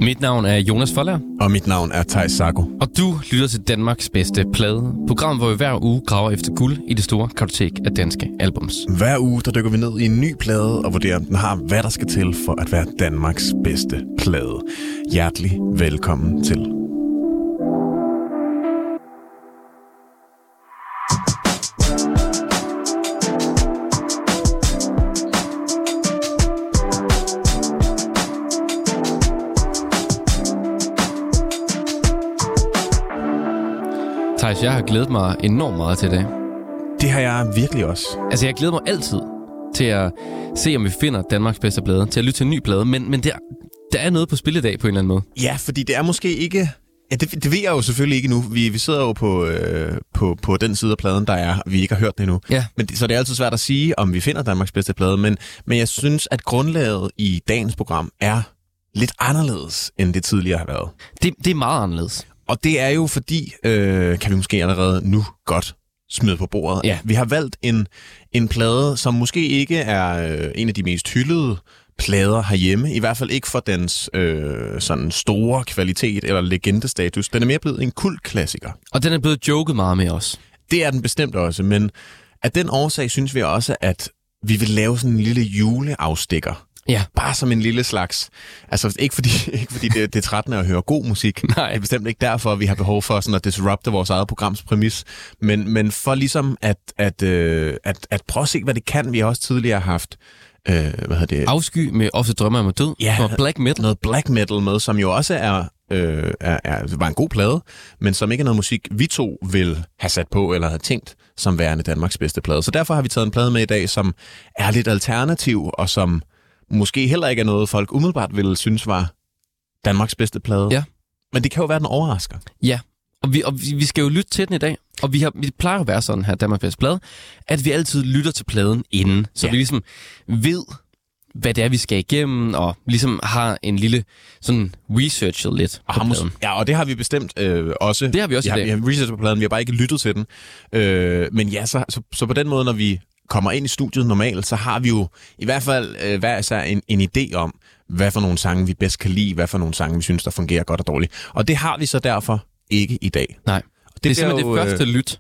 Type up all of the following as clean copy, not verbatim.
Mit navn er Jonas Folder. Og mit navn er Theis Sarko. Og du lytter til Danmarks bedste plade. Programmet, hvor vi hver uge graver efter guld i det store kartotek af danske albums. Hver uge, der dykker vi ned i en ny plade og vurderer, om den har, hvad der skal til for at være Danmarks bedste plade. Hjertelig velkommen til. Theis, jeg har glædet mig enormt meget til det. Det har jeg virkelig også. Altså, jeg glæder mig altid til at se, om vi finder Danmarks bedste plade, til at lytte til en ny plade, men der er noget på spil i dag på en eller anden måde. Ja, fordi det er måske ikke... Ja, det ved jeg jo selvfølgelig ikke nu. Vi sidder jo på den side af pladen, der er, vi ikke har hørt den endnu. Ja. Så det er altid svært at sige, om vi finder Danmarks bedste plade, men jeg synes, at grundlaget i dagens program er lidt anderledes, end det tidligere har været. Det er meget anderledes. Og det er jo fordi, kan vi måske allerede nu godt smide på bordet. Ja. Vi har valgt en plade, som måske ikke er en af de mest hyldede plader herhjemme. I hvert fald ikke for dens sådan store kvalitet eller legendestatus. Den er mere blevet en kultklassiker. Og den er blevet joket meget med os. Det er den bestemt også, men af den årsag synes vi også, at vi vil lave sådan en lille juleafstikker. Ja. Bare som en lille slags... Altså, ikke fordi det er trættende at høre god musik. Nej. Det er bestemt ikke derfor, vi har behov for sådan at disrupte vores eget programs præmis. Men for ligesom at prøve at se, hvad det kan. Vi har også tidligere haft... Afsky med Ofte drømmer om at død. Ja, noget black metal. Noget black metal med, som jo også var en god plade, men som ikke er noget musik, vi to vil have sat på eller have tænkt som værende Danmarks bedste plade. Så derfor har vi taget en plade med i dag, som er lidt alternativ, og som måske heller ikke er noget, folk umiddelbart ville synes var Danmarks bedste plade. Ja. Men det kan jo være, den overrasker. Ja, og vi skal jo lytte til den i dag. Og vi plejer at være sådan her, Danmarks bedste plade, at vi altid lytter til pladen inden. Så vi ligesom ved, hvad det er, vi skal igennem, og ligesom har en lille sådan researchet lidt på pladen. Ja, og det har vi bestemt også. Det har vi også i dag. Vi har researchet på pladen, vi har bare ikke lyttet til den. Men ja, så på den måde, når vi kommer ind i studiet normalt, så har vi jo i hvert fald hver især en idé om, hvad for nogle sange vi bedst kan lide, hvad for nogle sange vi synes, der fungerer godt og dårligt. Og det har vi så derfor ikke i dag. Nej, det er simpelthen det første lyt.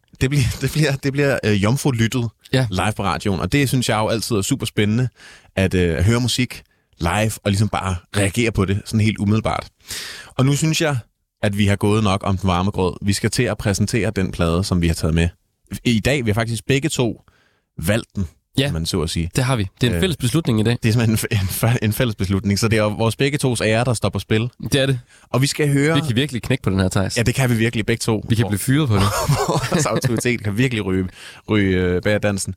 Det bliver jomfru-lyttet live på radioen, og det synes jeg jo altid er super spændende, at høre musik live og ligesom bare reagere på det sådan helt umiddelbart. Og nu synes jeg, at vi har gået nok om den varme grød. Vi skal til at præsentere den plade, som vi har taget med. I dag vi har faktisk begge to valgt den, man så at sige. Det har vi. Det er en fælles beslutning i dag. Det er simpelthen en fælles beslutning, så det er vores begge tos ære, der står på spil. Det er det. Og vi skal høre... Vi kan virkelig knække på den her, Theis. Ja, det kan vi virkelig begge to. Vi kan blive fyret på det. Vores autoritet kan virkelig ryge bag dansen.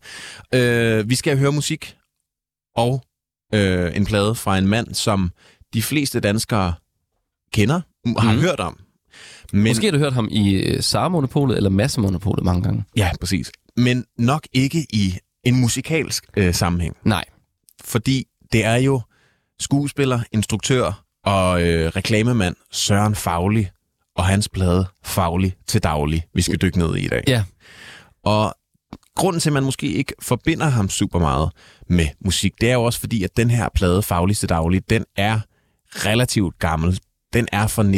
Vi skal høre musik og en plade fra en mand, som de fleste danskere kender, har hørt om. Men... Måske har du hørt ham i Sara-monopolet eller Masse-monopolet mange gange. Ja, præcis. Men nok ikke i en musikalsk sammenhæng. Nej. Fordi det er jo skuespiller, instruktør og reklamemand Søren Fauli og hans plade Fauli til daglig, vi skal dykke ned i dag. Ja. Og grunden til, at man måske ikke forbinder ham super meget med musik, det er jo også fordi, at den her plade Fauli til daglig, den er relativt gammel. Den er fra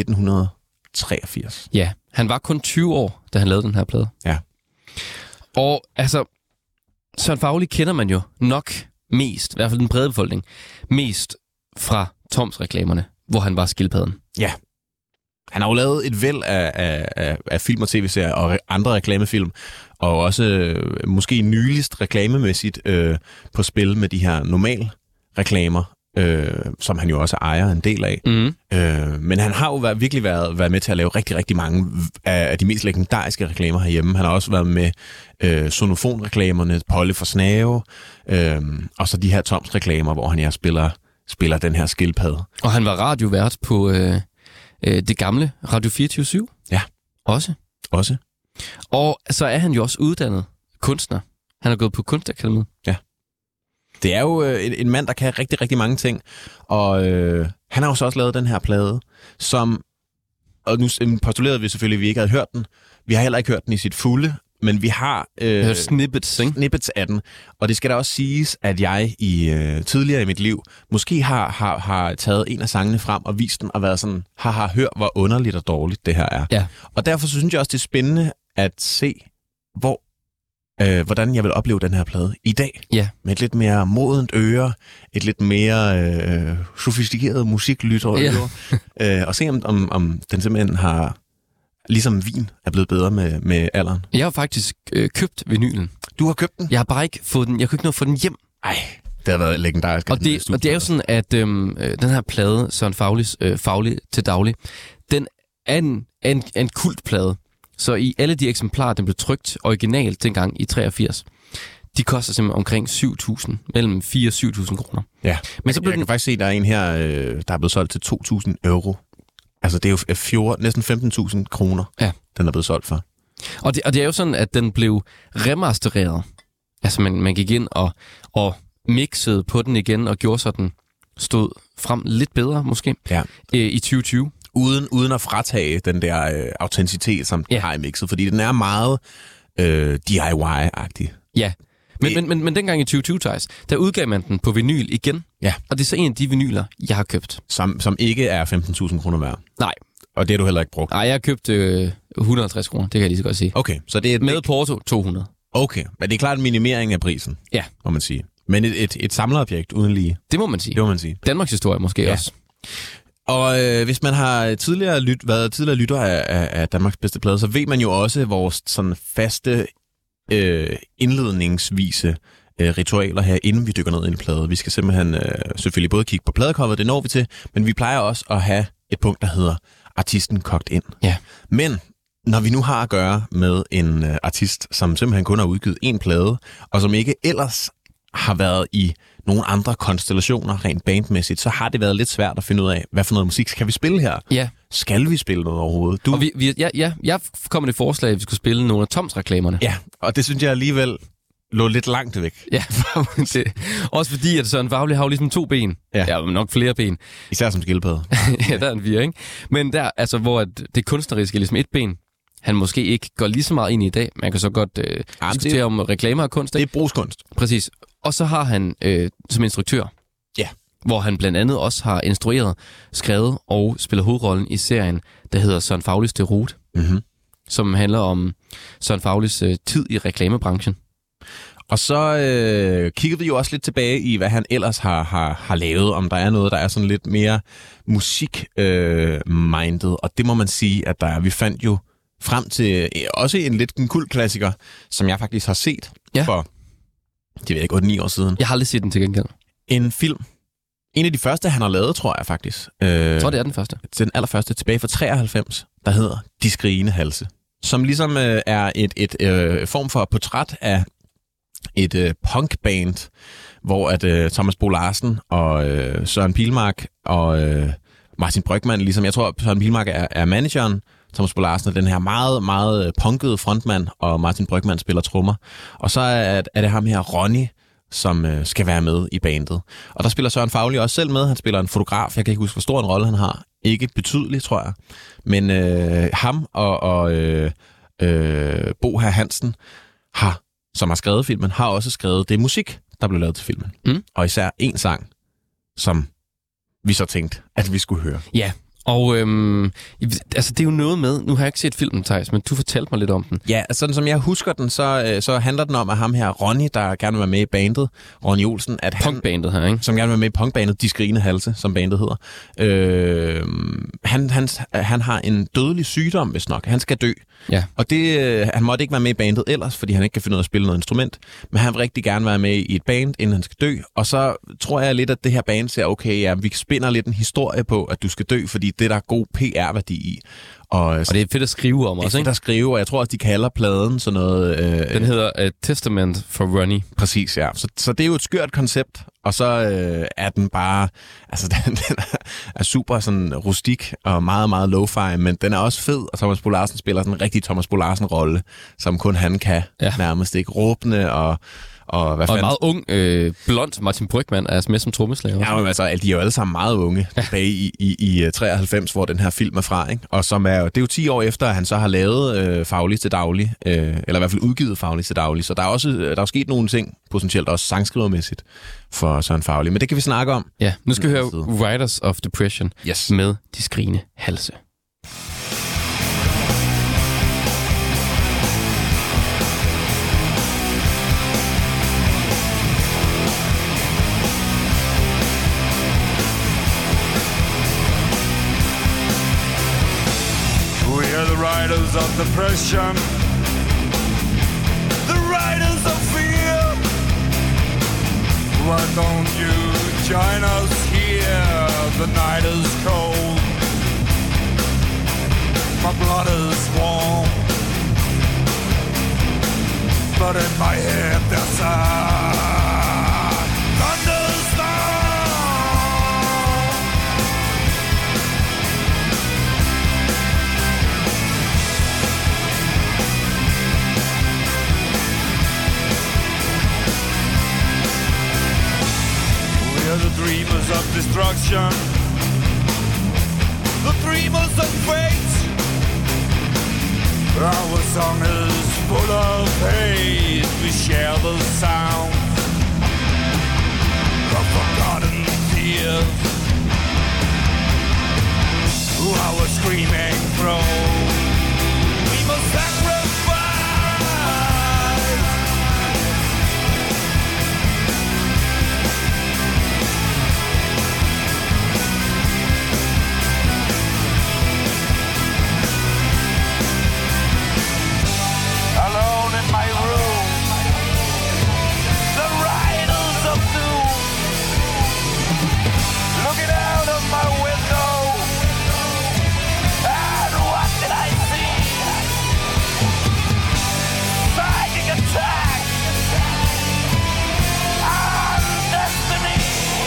1983. Ja, han var kun 20 år, da han lavede den her plade. Ja. Og altså, Søren Fauli kender man jo nok mest, i hvert fald den brede befolkning, mest fra Toms-reklamerne, hvor han var skildpadden. Ja. Han har jo lavet et væld af film og tv-serier og andre reklamefilm, og også måske nyligst reklamemæssigt på spil med de her normal reklamer, som han jo også ejer en del af. Men han har jo virkelig været med til at lave rigtig, rigtig mange af de mest legendariske reklamer herhjemme. Han har også været med sonofonreklamerne, Polly for Snave, og så de her Toms-reklamer, hvor han spiller den her skildpadde. Og han var radiovært på det gamle Radio 24/7. Ja. Også. Og så er han jo også uddannet kunstner. Han har gået på Kunstakademiet. Ja. Det er jo en mand, der kan rigtig, rigtig mange ting. Og han har jo så også lavet den her plade, som... Og nu postulerede vi selvfølgelig, at vi ikke havde hørt den. Vi har heller ikke hørt den i sit fulde. Men vi har snippets, ikke? Snippets af den. Og det skal da også siges, at jeg tidligere i mit liv måske har taget en af sangene frem og vist den og været sådan, hør, hvor underligt og dårligt det her er. Ja. Og derfor så synes jeg også, det er spændende at se, hvordan jeg vil opleve den her plade i dag. Ja. Med et lidt mere modent øre, et lidt mere sofistikeret musiklytterøre. Og se, om den simpelthen har, ligesom vin, er blevet bedre med alderen. Jeg har faktisk købt vinylen. Du har købt den? Jeg har bare ikke fået den. Jeg kunne ikke nå at få den hjem. Ej, det har været legendarisk. Og det er jo sådan, at den her plade, Søren Faulis Faglig til daglig, den er en kultplade. Så i alle de eksemplarer, den blev trykt originalt dengang i 83, de koster simpelthen omkring 7.000, mellem 4.000 og 7.000 kroner. Ja, men så blev jeg kan faktisk se, at der er en her, der er blevet solgt til 2.000 euro. Altså det er jo næsten 15.000 kroner, den er blevet solgt for. Og det er jo sådan, at den blev remastereret. Altså man gik ind og mixede på den igen og gjorde så den stod frem lidt bedre måske i 2020. Uden at fratage den der autenticitet, som den har i mixet, fordi den er meget DIY-agtig. Ja, men dengang i 2020, Thijs, der udgav man den på vinyl igen. Ja. Og det er så en af de vinyler, jeg har købt. Som ikke er 15.000 kroner værd. Nej. Og det har du heller ikke brugt? Nej, jeg har købt 150 kroner, det kan jeg lige så godt sige. Okay, så det er... Med porto, 200. Okay, men det er klart en minimering af prisen, må man sige. Men et samlerobjekt uden lige. Det må man sige. Danmarks historie måske også. Og hvis man har været tidligere lytter af Danmarks bedste plade, så ved man jo også vores sådan faste indledningsvise ritualer her, inden vi dykker ned i en plade. Vi skal simpelthen selvfølgelig både kigge på pladecoveret, det når vi til, men vi plejer også at have et punkt, der hedder artisten kogt ind. Ja. Men når vi nu har at gøre med en artist, som simpelthen kun har udgivet en plade, og som ikke ellers har været i nogle andre konstellationer rent bandmæssigt, så har det været lidt svært at finde ud af, hvad for noget musik skal vi spille her? Ja. Skal vi spille noget overhovedet? Og jeg kom med et forslag, at vi skulle spille nogle af Toms reklamerne. Ja, og det synes jeg alligevel lå lidt langt væk. Ja, også fordi, at Søren Faglig har jo ligesom 2 ben. Ja, nok flere ben. Især som skildpadde. Ja, der er en 4, ikke? Men der, altså, hvor det kunstneriske er ligesom 1 ben, han måske ikke går lige så meget ind i dag. Man kan så godt diskutere om reklamer og kunst. Det er brugskunst. Præcis. Og så har han som instruktør, hvor han blandt andet også har instrueret, skrevet og spiller hovedrollen i serien, der hedder Søren Faglis Deroute, som handler om Søren Faglis tid i reklamebranchen. Og så kiggede vi jo også lidt tilbage i, hvad han ellers har lavet, om der er noget, der er sådan lidt mere musik-minded, og det må man sige, at der er. Vi fandt jo frem til også en kult klassiker, som jeg faktisk har set for, det ved jeg ikke, 8-9 år siden. Jeg har aldrig set den til gengæld. En film. En af de første, han har lavet, tror jeg faktisk. Jeg tror, det er den første. Den allerførste, tilbage fra 93, der hedder De skrigende halse. Som ligesom er et form for portræt af et punkband, hvor at Thomas Bo Larsen og Søren Pilmark og Martin Brygmann, ligesom jeg tror, Søren Pilmark er manageren, Thomas Bo Larsen er den her meget, meget punkede frontmand, og Martin Brygmann spiller trommer. Og så er det ham her, Ronny, som skal være med i bandet. Og der spiller Søren Faglig også selv med. Han spiller en fotograf. Jeg kan ikke huske, hvor stor en rolle han har. Ikke betydelig, tror jeg. Men ham og Bo Herr Hansen, som har skrevet filmen, har også skrevet det musik, der blev lavet til filmen. Og især en sang, som vi så tænkte, at vi skulle høre. Ja. Og altså det er jo noget med, nu har jeg ikke set filmen, Thijs, men du fortalte mig lidt om den. Ja, sådan som jeg husker den, så handler den om, at ham her, Ronny, der gerne vil være med i bandet, Ronny Olsen, at han... Punkbandet her, ikke? Som gerne vil være med i punkbandet, De skrigende halse, som bandet hedder. Han har en dødelig sygdom, hvis nok. Han skal dø. Ja. Og han måtte ikke være med i bandet ellers, fordi han ikke kan finde ud af at spille noget instrument. Men han vil rigtig gerne være med i et band, inden han skal dø. Og så tror jeg lidt, at det her band siger, okay, ja, vi spinder lidt en historie på, at du skal dø, fordi det der er god PR-værdi i. Og det er fedt at skrive om også, ikke? Det er fedt at skrive, og jeg tror også, de kalder pladen sådan noget... Den hedder Testament for Ronny. Præcis, ja. Så det er jo et skørt koncept, og så er den bare... Altså, den er super sådan rustik og meget, meget lo-fi, men den er også fed, og Thomas Bo Larsen spiller sådan en rigtig Thomas Bo Larsen-rolle, som kun han kan nærmest, ikke? Råbende Og hvad og en meget ung, blond Martin Brygmann er med som trommeslager. Ja, men altså, de er jo alle sammen meget unge tilbage i 93, hvor den her film er fra, ikke? Og som det er jo 10 år efter, at han så har lavet Fagligt til daglig, eller i hvert fald udgivet Fagligt til daglig. Så der er sket nogle ting, potentielt også sangskrivermæssigt, for Søren Fauli. Men det kan vi snakke om. Ja, nu skal vi høre Writers of Depression med De skrigende halse. The riders of depression, the riders of fear. Why don't you join us here? The night is cold, my blood is warm, but in my head there's a thunderstorm. The dreamers of destruction, the dreamers of fate. Our song is full of hate. We share the sound of forgotten tears. Our screaming throat. We must sacrifice. Alone in my room, the riders of doom, looking out of my window, and what did I see? Fighting attack on destiny.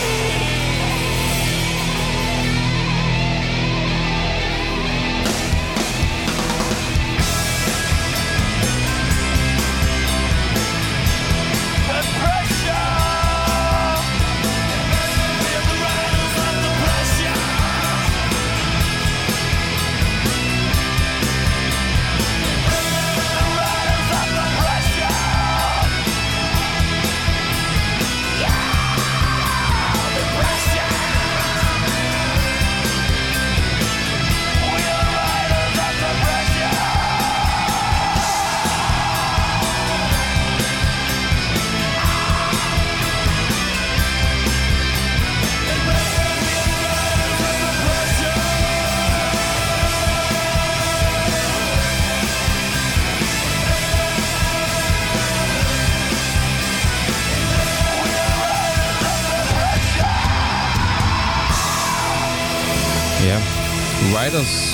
Writers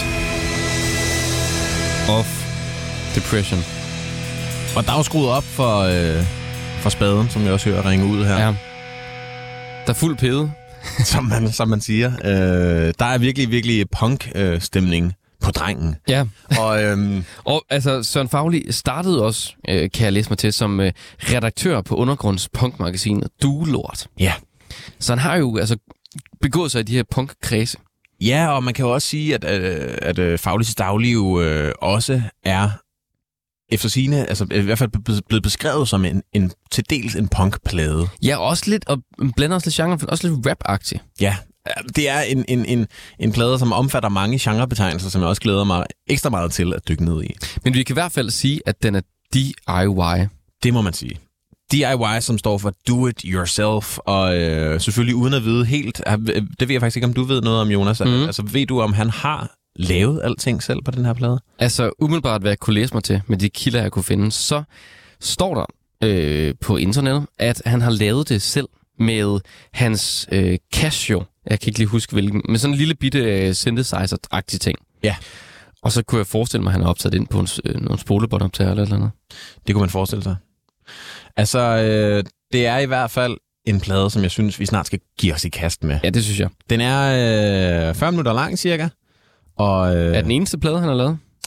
of Depression. Og der er jo skruet op for spaden, som jeg også hører ringe ud her. Ja. Der er fuld pæde. som man siger. Der er virkelig, virkelig punk-stemning på drengen. Ja. Og altså, Søren Fauli startede også, kan jeg læse mig til, som redaktør på Undergrunds punkmagasinet Duelort. Ja. Så han har jo altså begået sig i de her punkkredse. Ja, og man kan jo også sige, at Fagligt til daglig jo også er efter sigende, altså i hvert fald blevet beskrevet som en til dels en punkplade. Ja, også lidt, og blander også lidt genre, også lidt rap-agtig. Ja, det er en plade, som omfatter mange genrebetegnelser, som jeg også glæder mig ekstra meget til at dykke ned i. Men vi kan i hvert fald sige, at den er DIY. Det må man sige. DIY, som står for Do It Yourself, og selvfølgelig uden at vide helt, det ved jeg faktisk ikke, om du ved noget om, Jonas. Altså, ved du, om han har lavet alting selv på den her plade? Altså, umiddelbart, hvad jeg kunne læse mig til, med de kilder, jeg kunne finde, så står der på internettet, at han har lavet det selv med hans Casio. Jeg kan ikke lige huske, hvilken, med sådan en lille bitte synthesizer-agtig ting. Ja. Og så kunne jeg forestille mig, at han har optaget ind på nogle spolebåndoptager eller noget. Det kunne man forestille sig. Altså, det er i hvert fald en plade, som jeg synes, vi snart skal give os i kast med. Ja, det synes jeg. Den er 40 minutter lang, cirka. Og, er den eneste plade, han har lavet?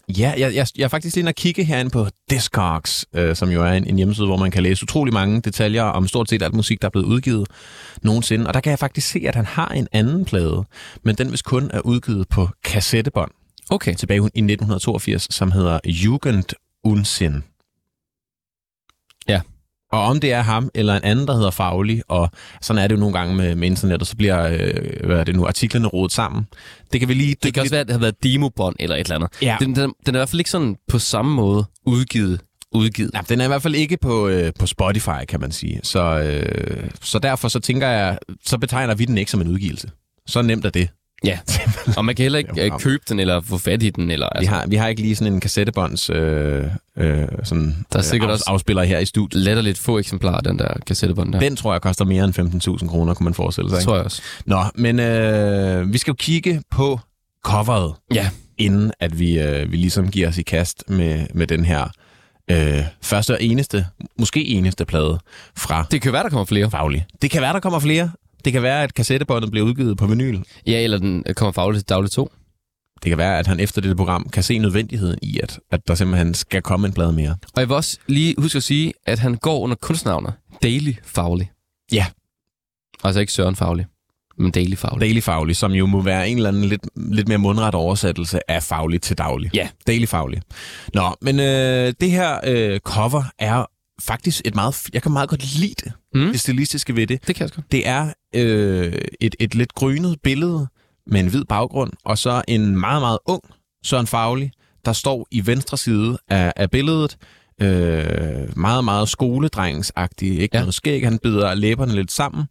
Ja, jeg er faktisk lige inde at kigge herinde på Discogs, som jo er en hjemmeside, hvor man kan læse utrolig mange detaljer om stort set alt musik, der er blevet udgivet nogensinde. Og der kan jeg faktisk se, at han har en anden plade, men den vist kun er udgivet på kassettebånd. Okay. Tilbage i 1982, som hedder Jugendunsinn. Ja. Og om det er ham eller en anden, der hedder Faglig, og sådan er det jo nogle gange med internet, og så bliver artiklerne rodet sammen. Det kan vi lige... Det kan også være, at det har været demobånd eller et eller andet. Ja. Den er i hvert fald ikke sådan på samme måde udgivet. Ja, den er i hvert fald ikke på Spotify, kan man sige. Så derfor så tænker jeg, så betegner vi den ikke som en udgivelse. Så nemt er det. Ja, og man kan heller ikke købe den eller få fat i den. Eller, altså. Vi har ikke lige sådan en kassettebånds afspiller her i studiet. Letterligt få eksemplarer af den der kassettebånd der. Den tror jeg koster mere end 15.000 kroner, kunne man forestille sig. Det tror jeg også. Nå, men vi skal jo kigge på coveret, inden at vi ligesom giver os i kast med den her første og måske eneste plade fra... Det kan være, der kommer flere. Faglig. Det kan være, der kommer flere. Det kan være, at kassettebåndet bliver udgivet på vinyl. Ja, eller den kommer Faglig til daglig 2. Det kan være, at han efter dette program kan se nødvendigheden i, at der simpelthen skal komme en plade mere. Og jeg vil også lige huske at sige, at han går under kunstnavnet Daily Faglig. Ja. Altså ikke Søren Faglig, men Daily Faglig. Daily Faglig, som jo må være en eller anden lidt mere mundret oversættelse af Faglig til daglig. Ja. Daily Faglig. Nå, men det her cover er faktisk jeg kan meget godt lide det, det stilistiske ved det. Det kan jeg godt. Det er et lidt grynet billede med en hvid baggrund, og så en meget, meget ung Søren Faglig, der står i venstre side af billedet. Meget, meget skoledrengsagtig. Ikke noget skæg, han bider læberne lidt sammen.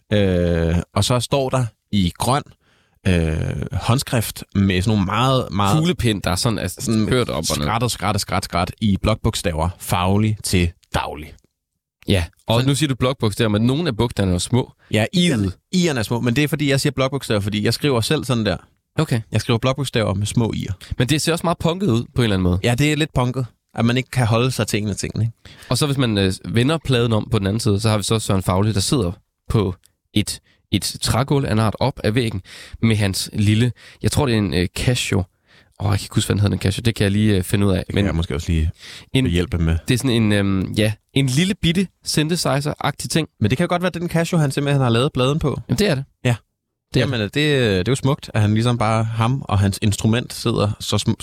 Og så står der i grøn håndskrift med sådan nogle meget, meget... Kuglepind, der er sådan hørt op og ned. Skrat i blokbogstaver. Faglig til daglig. Ja, og nu siger du blokbogstaver, men nogle af bogstaverne er små. Ja, i'erne er små, men det er fordi, jeg siger blokbogstaver, fordi jeg skriver selv sådan der. Okay. Jeg skriver blokbogstaver med små i'er. Men det ser også meget punket ud på en eller anden måde. Ja, det er lidt punket, at man ikke kan holde sig til en af tingene. Ikke? Og så hvis man vender pladen om på den anden side, så har vi så Søren Faglig, der sidder på et trægulv af en art op af væggen med hans lille, jeg tror det er en Casio. Jeg kan ikke huske, hvad den hedder, en Casio. Det kan jeg lige finde ud af. Det kan jeg måske også lige hjælpe med. Det er sådan en lille bitte synthesizer-agtig ting. Men det kan godt være, den Casio, han simpelthen har lavet pladen på. Jamen, det er det. Ja. Det er jo smukt, at han ligesom bare ham og hans instrument sidder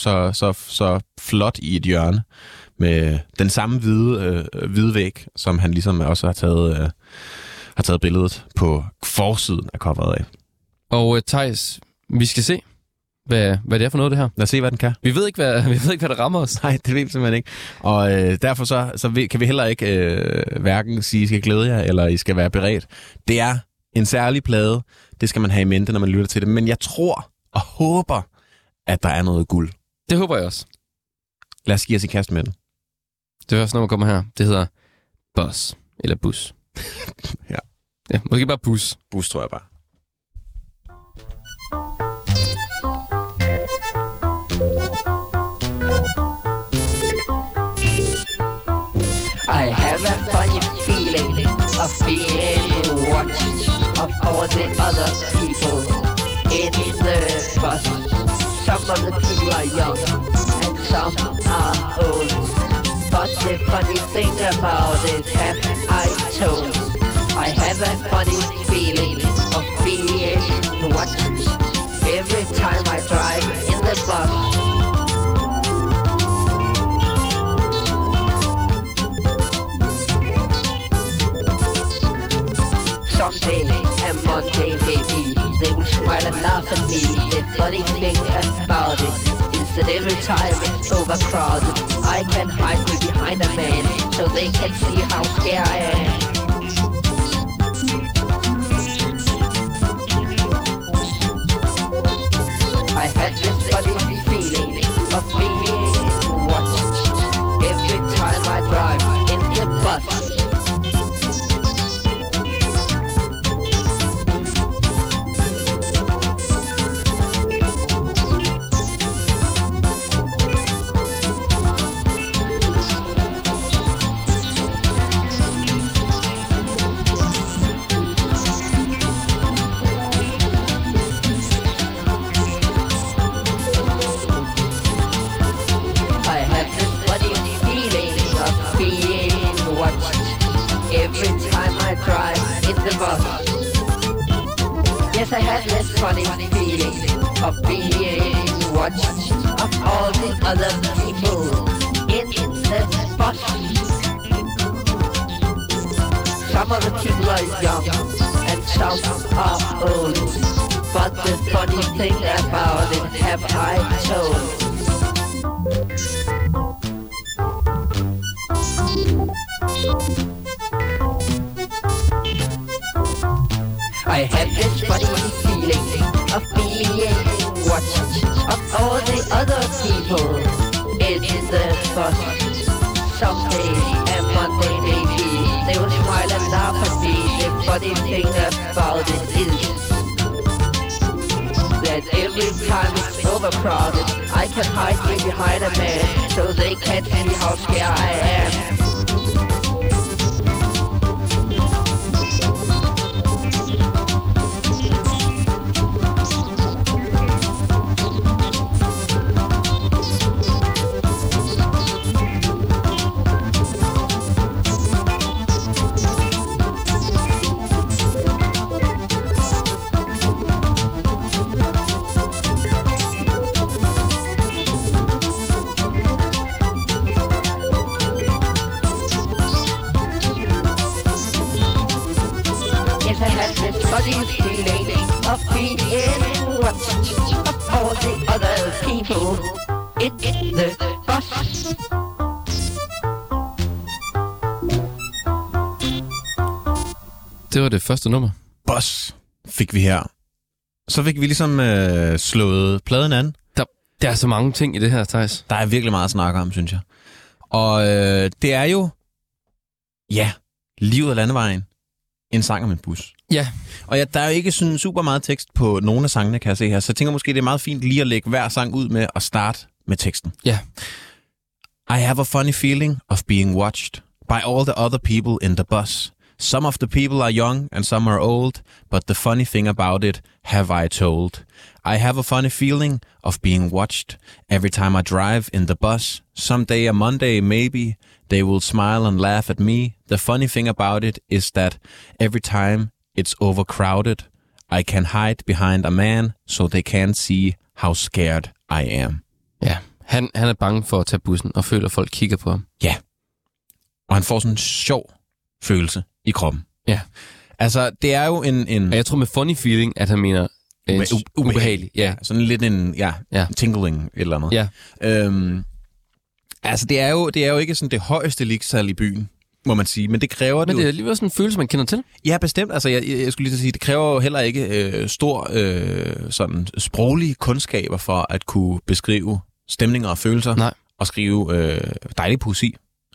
så flot i et hjørne med den samme hvide væg, som han ligesom også har taget billedet på forsiden af coveret af. Og Theis, vi skal se, hvad det er for noget, det her. Lad os se, hvad den kan. Vi ved ikke, hvad der rammer os. Nej, det ved vi simpelthen ikke. Og derfor kan vi heller ikke hverken sige, at I skal glæde jer, eller I skal være beredt. Det er en særlig plade. Det skal man have i mente, når man lytter til det. Men jeg tror og håber, at der er noget guld. Det håber jeg også. Lad os give os i kast med den. Det første nummer kommer her. Det hedder Bus. Eller Bus. Ja, måske bare Bus. Bus, tror jeg bare. I have a funny feeling of being watched of all the other people in the bus. Some of the people are young and some are old. But the funny thing about it, have I told? I have a funny feeling of being watched every time I drive in the bus. Someday and Monday maybe they will smile and laugh at me. The funny thing about it is that every time it's overcrowded, I can hide me behind a man so they can see how scared I am. I had this funny feeling of being watched every time I drive in the bus. funny feeling of being watched of all the other people in the bus. Some of the people are young and some are old, but the funny thing about it have I told. I have this funny feeling of being watched of all the other people in the bus. Someday and Monday maybe they will smile and laugh at me. The funny thing about it is that every time it's overcrowded, I can hide me behind a man so they can't see how scared I am. Funny feeling of being watched of all the other people in the bus. Det var det første nummer. Boss fik vi her. Så fik vi ligesom slået pladen an. Der er så mange ting i det her, Theis. Der er virkelig meget at snakke om, synes jeg. Og det er jo, ja, livet af landevejen. En sang om en bus. Ja. Og der er jo ikke sådan super meget tekst på nogle af sangene, kan jeg se her. Så jeg tænker måske, det er meget fint lige at lægge hver sang ud med at starte med teksten. Ja. I have a funny feeling of being watched by all the other people in the bus. Some of the people are young and some are old, but the funny thing about it have I told. I have a funny feeling of being watched every time I drive in the bus. Someday, a Monday, maybe, they will smile and laugh at me. The funny thing about it is that every time it's overcrowded, I can hide behind a man, so they can't see how scared I am. Ja, han er bange for at tage bussen og føler, at folk kigger på ham. Ja, og han får sådan en sjov følelse i kroppen. Ja. Altså, det er jo en... Og jeg tror med funny feeling, at han mener ubehagelig. Ja. Sådan lidt en tingling eller andet. Ja. Altså, det er jo ikke sådan det højeste ligesal i byen, må man sige, men det kræver Men det er alligevel sådan en følelse, man kender til. Ja, bestemt. Altså, jeg skulle lige sige, det kræver jo heller ikke stor sådan sproglige kundskaber for at kunne beskrive stemninger og følelser. Nej. Og skrive dejlig poesi.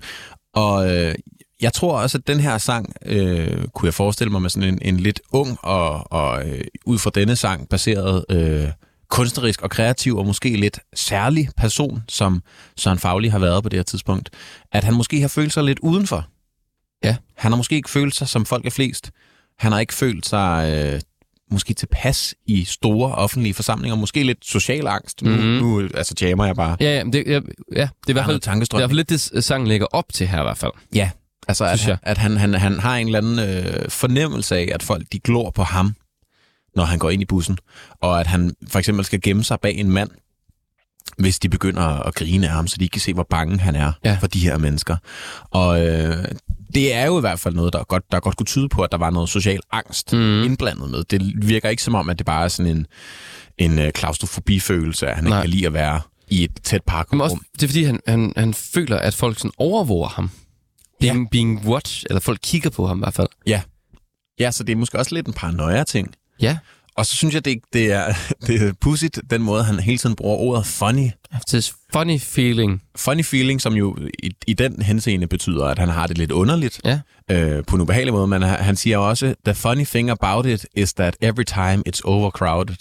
Og jeg tror også, at den her sang kunne jeg forestille mig med sådan en lidt ung og ud fra denne sang baseret kunstnerisk og kreativ og måske lidt særlig person, som Søren Fauli har været på det her tidspunkt, at han måske har følt sig lidt udenfor. Ja. Han har måske ikke følt sig som folk er flest. Han har ikke følt sig måske tilpas i store offentlige forsamlinger. Måske lidt social angst. Nu altså jammer jeg bare. Ja, det er i hvert fald lidt det, sangen lægger op til her i hvert fald. Ja, altså at han har en eller anden fornemmelse af, at folk de glor på ham, når han går ind i bussen. Og at han for eksempel skal gemme sig bag en mand, hvis de begynder at grine af ham, så de ikke kan se, hvor bange han er for de her mennesker. Og det er jo i hvert fald noget, der godt kunne tyde på, at der var noget social angst indblandet med. Det virker ikke som om, at det bare er sådan en klaustrofobifølelse, at han ikke kan lide at være i et tæt parkrum. Det er fordi, han føler, at folk sådan overvåger ham. Being watched, eller folk kigger på ham i hvert fald. Ja, så det er måske også lidt en paranoia-ting. Ja. Og så synes jeg, det er pudsigt, den måde, han hele tiden bruger ordet funny. Det funny feeling. Funny feeling, som jo i den henseende betyder, at han har det lidt underligt. På en ubehagelig måde. Men han siger også, the funny thing about it is that every time it's overcrowded.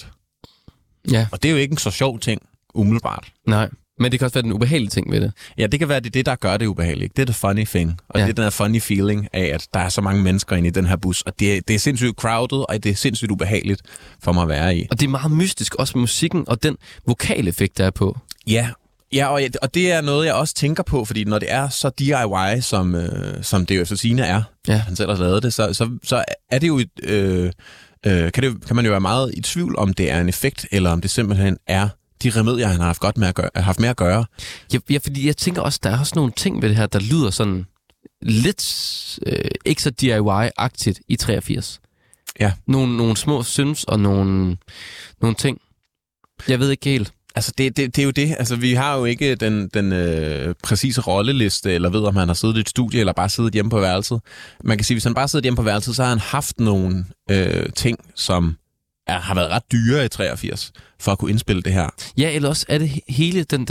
Ja. Og det er jo ikke en så sjov ting, umiddelbart. Nej, men det kan også være den ubehagelige ting ved det. Ja, det kan være det, der gør det ubehageligt. Det er the funny thing. Og det er den her funny feeling af, at der er så mange mennesker inde i den her bus. Og det er sindssygt crowded, og det er sindssygt ubehageligt for mig at være i. Og det er meget mystisk, også med musikken og den vokaleffekt, der er på. Ja, og det er noget, jeg også tænker på, fordi når det er så DIY, som det jo efter sigende er, han selv har lavet det, så er det jo kan man jo være meget i tvivl, om det er en effekt, eller om det simpelthen er de remedier, han har haft med at gøre. Ja, fordi jeg tænker også, der er også nogle ting ved det her, der lyder sådan lidt ikke så DIY-agtigt i 83. Ja. Nogle små syns og nogle ting. Jeg ved ikke helt. Altså, det er jo det. Altså, vi har jo ikke den præcise rolleliste, eller ved, om han har siddet i et studie, eller bare siddet hjemme på værelset. Man kan sige, hvis han bare sidder hjemme på værelset, så har han haft nogle ting, som har været ret dyre i 83, for at kunne indspille det her. Ja, eller også er det hele den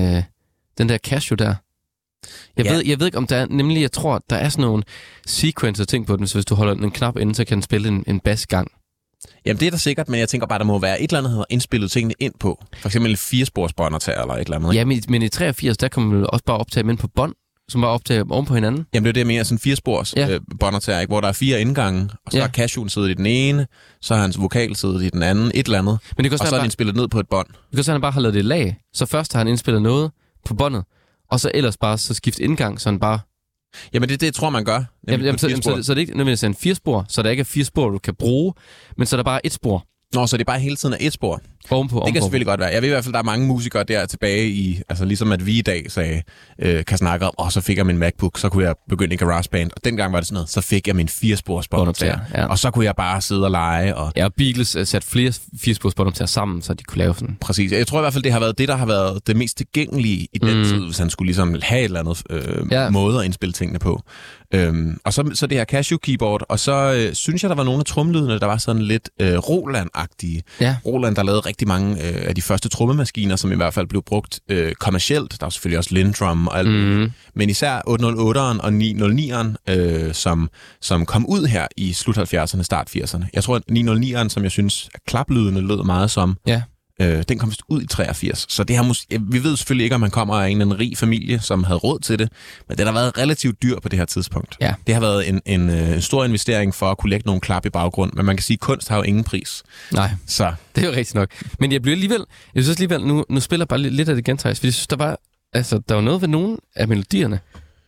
der Casio der. Jeg ved ikke, om der er, nemlig jeg tror, der er sådan nogle sequencer ting på den, så hvis du holder en knap inde, så kan den spille en basgang. Jamen, det er der sikkert, men jeg tænker bare, der må være et eller andet, der har indspillet tingene ind på. For eksempel en 4-sporsbåndoptager eller et eller andet. Ikke? Ja, men i 83, der kan man også bare optage dem ind på bånd, som bare optage oven på hinanden. Jamen, det er det, jeg mener, sådan 4-spors båndoptager, hvor der er 4 indgange, og så har Cassioen siddet i den ene, så har hans vokal siddet i den anden, et eller andet, men det kan og så er den indspillet ned på et bånd. Det kan så han bare har lavet det i lag, så først har han indspillet noget på båndet, og så ellers bare så skift indgang, så han bare... Jamen, det tror man gør. Jamen, så det er ikke nødvendigvis en 4-spor, så der ikke er 4 spor, du kan bruge, men så er der bare et spor. Nå, så det er bare hele tiden er et spor. Ovenpå. Det kan selvfølgelig godt være. Jeg ved i hvert fald, der er mange musikere der tilbage i, altså ligesom at vi i dag sagde, kan snakke om, så fik jeg min MacBook, så kunne jeg begynde i GarageBand, og dengang var det sådan noget, så fik jeg min 4-spors båndoptager, og så kunne jeg bare sidde og lege. Og Beatles satte flere 4-spors båndoptager sammen, så de kunne lave sådan. Præcis. Jeg tror i hvert fald, det har været det, der har været det mest tilgængelige i den tid, hvis han skulle ligesom have et eller andet måde at indspille tingene på. Og så det her Casio keyboard, og så synes jeg, der var nogle af trommelydene, der var sådan lidt Roland-agtige. Ja. Roland, der lavede rigtig mange af de første trommemaskiner, som i hvert fald blev brugt kommercielt. Der var selvfølgelig også Lindrum og alt muligt. Men især 808'eren og 909'eren, som kom ud her i slut 70'erne, start 80'erne. Jeg tror, at 909'eren, som jeg synes, klaplydene lød meget som... Ja. Den kom ud i 83, så det har vi ved selvfølgelig ikke, om man kommer af en rig familie, som havde råd til det, men det har været relativt dyr på det her tidspunkt. Ja. Det har været en stor investering for at kunne lægge nogle klap i baggrund, men man kan sige, at kunst har jo ingen pris. Nej, så det er jo rigtigt nok. Men jeg synes alligevel, nu spiller jeg bare lidt af det gentages, fordi jeg synes, der var noget ved nogle af melodierne.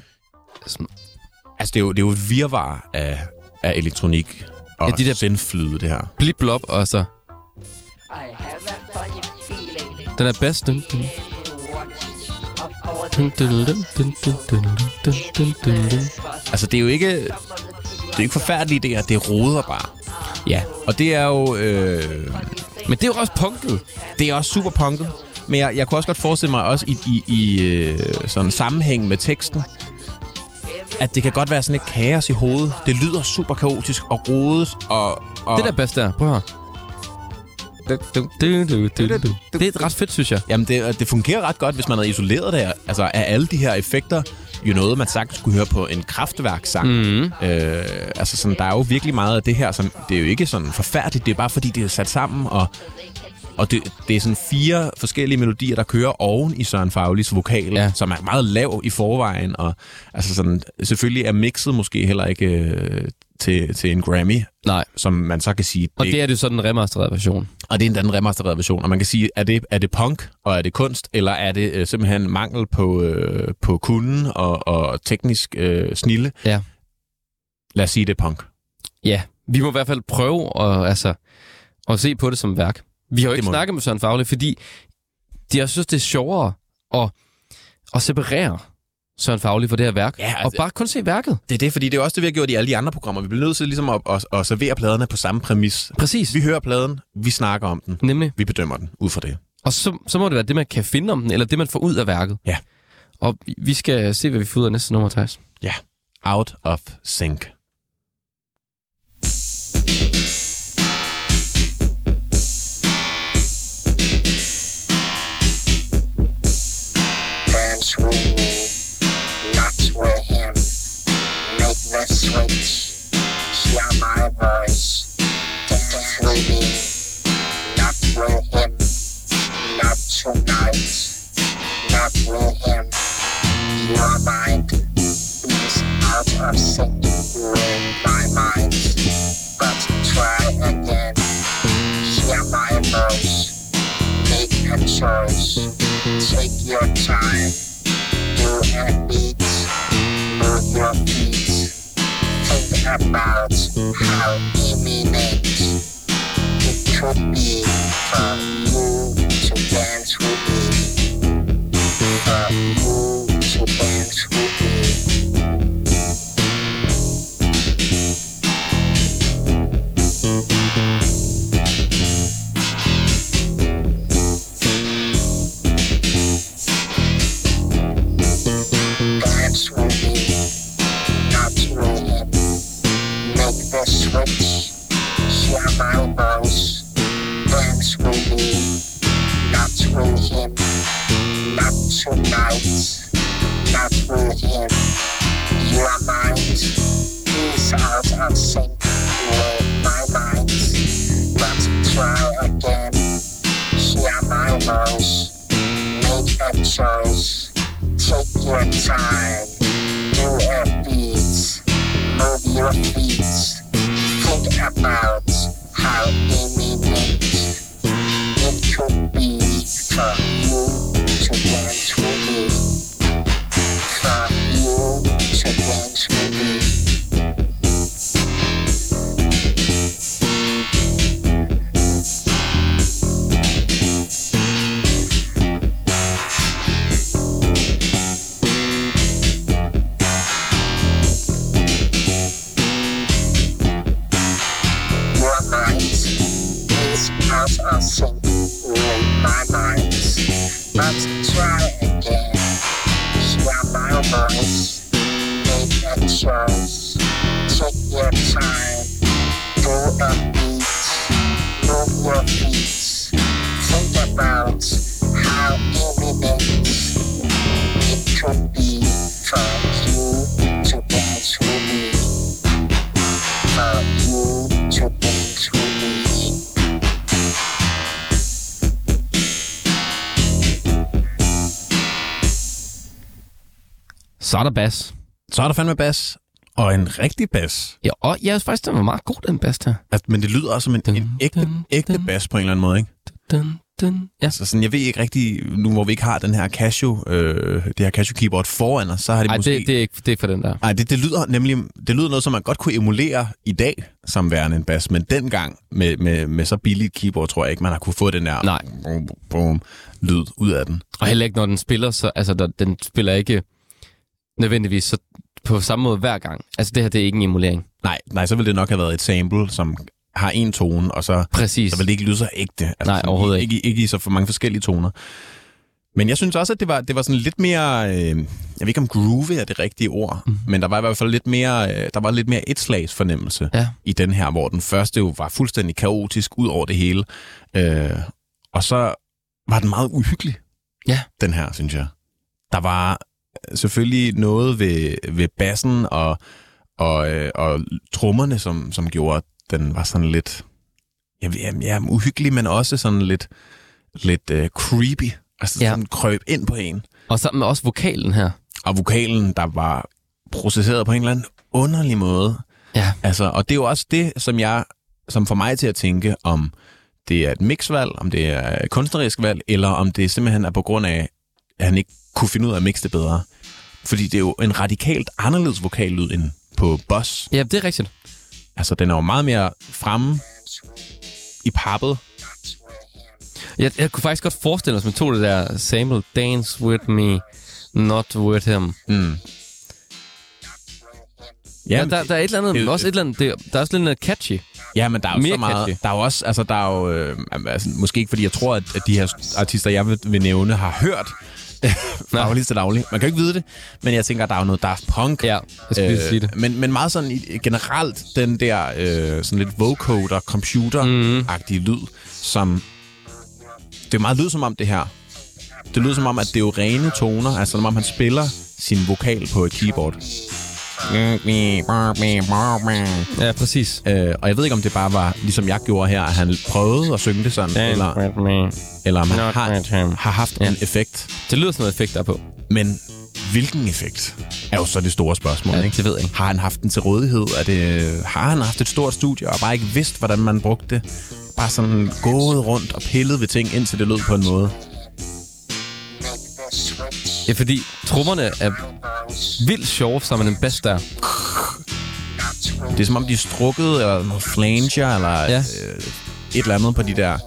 Altså, det er jo et virvar af elektronik og de der synthflyde, det her. Blip-blop og så... Den er bedst. Altså, det er jo ikke forfærdelige idéer, det roder bare. Ja. Og det er jo... Men det er jo også punket. Det er også super punket. Men jeg kunne også godt forestille mig også i sådan sammenhæng med teksten, at det kan godt være sådan et kaos i hovedet. Det lyder super kaotisk og rodet og... Det der bedst der. Prøv at høre. Det er ret fedt, synes jeg. Jamen, det fungerer ret godt, hvis man er isoleret der. Altså, er alle de her effekter jo noget, man sagtens skulle høre på en Kraftwerk-sang. Altså, sådan, der er jo virkelig meget af det her, som det er jo ikke sådan forfærdeligt. Det er bare, fordi det er sat sammen, og det er sådan 4 forskellige melodier, der kører oven i Søren Faulis vokal, som er meget lav i forvejen. Og altså sådan, selvfølgelig er mixet måske heller ikke... Til en Grammy, som man så kan sige... Og det er det sådan en remastereret version. Og det er en remastereret version, og man kan sige, er det punk, og er det kunst, eller er det simpelthen mangel på kunden og teknisk snilde? Ja. Lad os sige, det er punk. Ja, vi må i hvert fald prøve at se på det som værk. Vi har jo ikke snakket med Søren Fauli, fordi jeg synes, det er sjovere at separere Søren Fauli for det her værk, og bare kun se værket. Det er det, fordi det er også det, vi har gjort i alle de andre programmer. Vi bliver nødt til ligesom at servere pladerne på samme præmis. Præcis. Vi hører pladen, vi snakker om den. Nemlig. Vi bedømmer den ud fra det. Og så må det være det, man kan finde om den, eller det, man får ud af værket. Ja. Og vi skal se, hvad vi får ud af næste nummer, Thijs. Ja. Out of Sync. The switch, hear my voice, dance with me, not with him, not tonight, not with him. Your mind is out of sync with my mind, but try again, hear my voice, make a choice, take your time, do a beat, move your feet. Think about how imminent could be for you to dance with me. For you to dance with me. Dance with me, not with him. Make the switch, hear my voice. Dance with me, not with him. Not tonight, not with him. Your mind is out of sync with my mind. But try again, hear my voice. Make a choice. Take your time, do a beat, move your feet. Think about how imminent it could be for you to dance with me. For you to dance with me. Out of sync with my mind. But try again. Hear my voice. Make a choice. Take your time. Do a beat. Move your feet. Think about how imminent it could be for you to dance with me. For you to dance with me. Så er der bas. Så er der fandme bas. Og en rigtig bas. Ja, og jeg synes faktisk, den var meget god, den bas der. Altså, men det lyder også som en ægte bas på en eller anden måde, ikke? Ja. Så sådan, jeg ved ikke rigtig, nu hvor vi ikke har den her Casio, det her Casio keyboard foran os, så har de måske... det er ikke for den der. Nej, det lyder nemlig, det lyder noget, som man godt kunne emulere i dag, som værende en bas, men dengang med så billigt keyboard, tror jeg ikke, man har kunne få den der lyd ud af den. Og heller ikke, når den spiller, så altså, den spiller ikke nødvendigvis så på samme måde hver gang. Altså, det her, det er ikke en emulering. Nej, så ville det nok have været et sample, som har en tone, og så vil det ikke lyde så ægte. Altså, nej, overhovedet ikke. Ikke i så for mange forskellige toner. Men jeg synes også, at det var sådan lidt mere... jeg ved ikke, om groove er det rigtige ord, men der var i hvert fald lidt mere etslags fornemmelse i den her, hvor den første jo var fuldstændig kaotisk ud over det hele. Og så var den meget uhyggelig, den her, synes jeg. Der var selvfølgelig noget ved bassen og trommerne, som gjorde, at den var sådan lidt uhyggelig, men også sådan lidt creepy. Altså sådan krøb ind på en. Og sammen med også vokalen her. Og vokalen, der var processeret på en eller anden underlig måde. Ja. Altså, og det er jo også det, som får mig til at tænke, om det er et mixvalg, om det er et kunstnerisk valg, eller om det simpelthen er på grund af, at han ikke kunne finde ud af at mixe det bedre. Fordi det er jo en radikalt anderledes vokallyd end på Boss. Ja, det er rigtigt. Altså, den er jo meget mere fremme i pappet. Jeg kunne faktisk godt forestille mig, hvis man tog det der sample, Dance with me, not with him. Ja, der er et eller andet, også et eller andet, der er også lidt noget catchy. Ja, men der er jo mere så meget. Catchy. Der er jo også, altså der er jo, måske ikke fordi jeg tror, at de her artister, jeg vil nævne, har hørt Fagligt til daglig. Man kan jo ikke vide det, men jeg tænker, at der er jo noget Daft Punk. Ja, jeg skulle sige det. Men meget sådan generelt den der sådan lidt vocoder, computer-agtige lyd, som... Det er meget lyd som om det her. Det lyder som om, at det er jo rene toner, altså som om han spiller sin vokal på et keyboard. Ja, præcis. Og jeg ved ikke, om det bare var, ligesom jeg gjorde her, at han prøvede at synge det sådan, eller om han har haft en effekt. Det lyder sådan noget effekt der på. Men hvilken effekt er jo så det store spørgsmål, ja, ikke? Det ved jeg ikke. Har han haft den til rådighed? Har han haft et stort studie og bare ikke vidst, hvordan man brugte det? Bare sådan gået rundt og pillet ved ting, indtil det lød på en måde. Ja, fordi trommerne er vildt sjove sammen med den bass der. Det er som om, de er strukket, eller noget flanger, eller... Ja. et eller andet på de der...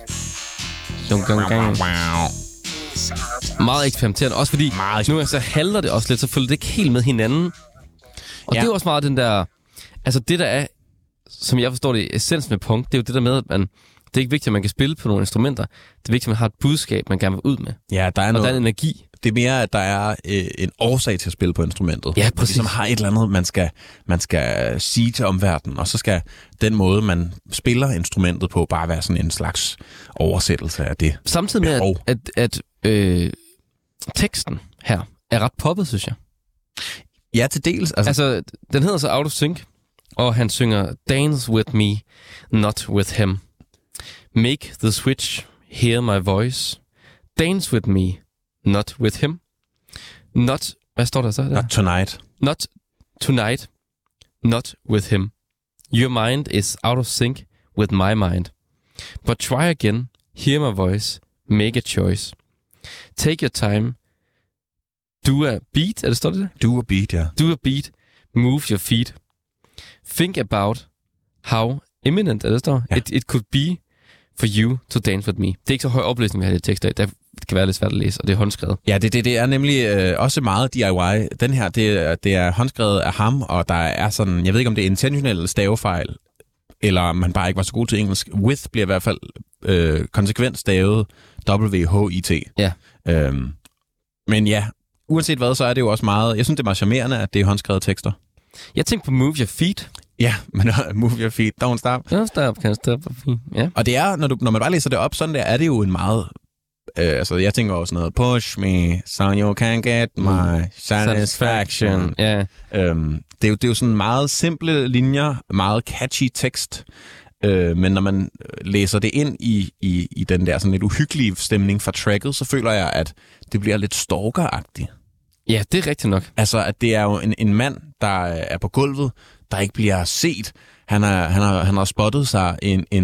Meget eksperimenterende, også fordi nu så halter det også lidt, så følger det ikke helt med hinanden. Og det er jo også meget den der... Altså det der er, som jeg forstår det, essens med punk, det er jo det der med, at det er ikke vigtigt, at man kan spille på nogle instrumenter. Det er vigtigt, at man har et budskab, man gerne vil ud med. Ja, der er noget... Og der er en energi. Det er mere, at der er en årsag til at spille på instrumentet. Ja, præcis. Som har et eller andet, man skal sige til omverdenen, og så skal den måde, man spiller instrumentet på, bare være sådan en slags oversættelse af det. Samtidig med, at teksten her er ret poppet, synes jeg. Ja, til dels. Altså, den hedder så Out of Sync, og han synger Dance with me, not with him. Make the switch, hear my voice. Dance with me, not with him. Not, hvad står der så der? Not tonight. Not tonight, not with him. Your mind is out of sync with my mind. But try again, hear my voice, make a choice. Take your time, do a beat, står det der? Do a beat, ja. Do a beat, move your feet. Think about how imminent, det står? Ja. It could be for you to dance with me. Det er ikke så høj oplæsning, vi har det tekst af. Det kan være lidt svært at læse, og det er håndskrevet. Ja, det er nemlig også meget DIY. Den her, det er håndskrevet af ham, og der er sådan, jeg ved ikke, om det er intentionel stavefejl, eller man bare ikke var så god til engelsk. With bliver i hvert fald konsekvent stavet W-H-I-T. Ja. Men ja, uanset hvad, så er det jo også meget... Jeg synes, det er meget charmerende, at det er håndskrevet tekster. Jeg tænkte på Move Your Feet. Ja, men Move Your Feet, don't stop. Don't stop, can't stop. Ja. Og det er, når man bare læser det op, sådan der, er det jo en meget... altså, jeg tænker også noget, push me, so you can get my satisfaction. Ja. Det er jo sådan meget simple linjer, meget catchy tekst. Men når man læser det ind i den der sådan lidt uhyggelige stemning fra tracket, så føler jeg, at det bliver lidt stalkeragtigt. Ja, det er rigtigt nok. Altså, at det er jo en mand, der er på gulvet, der ikke bliver set. Han har spottet sig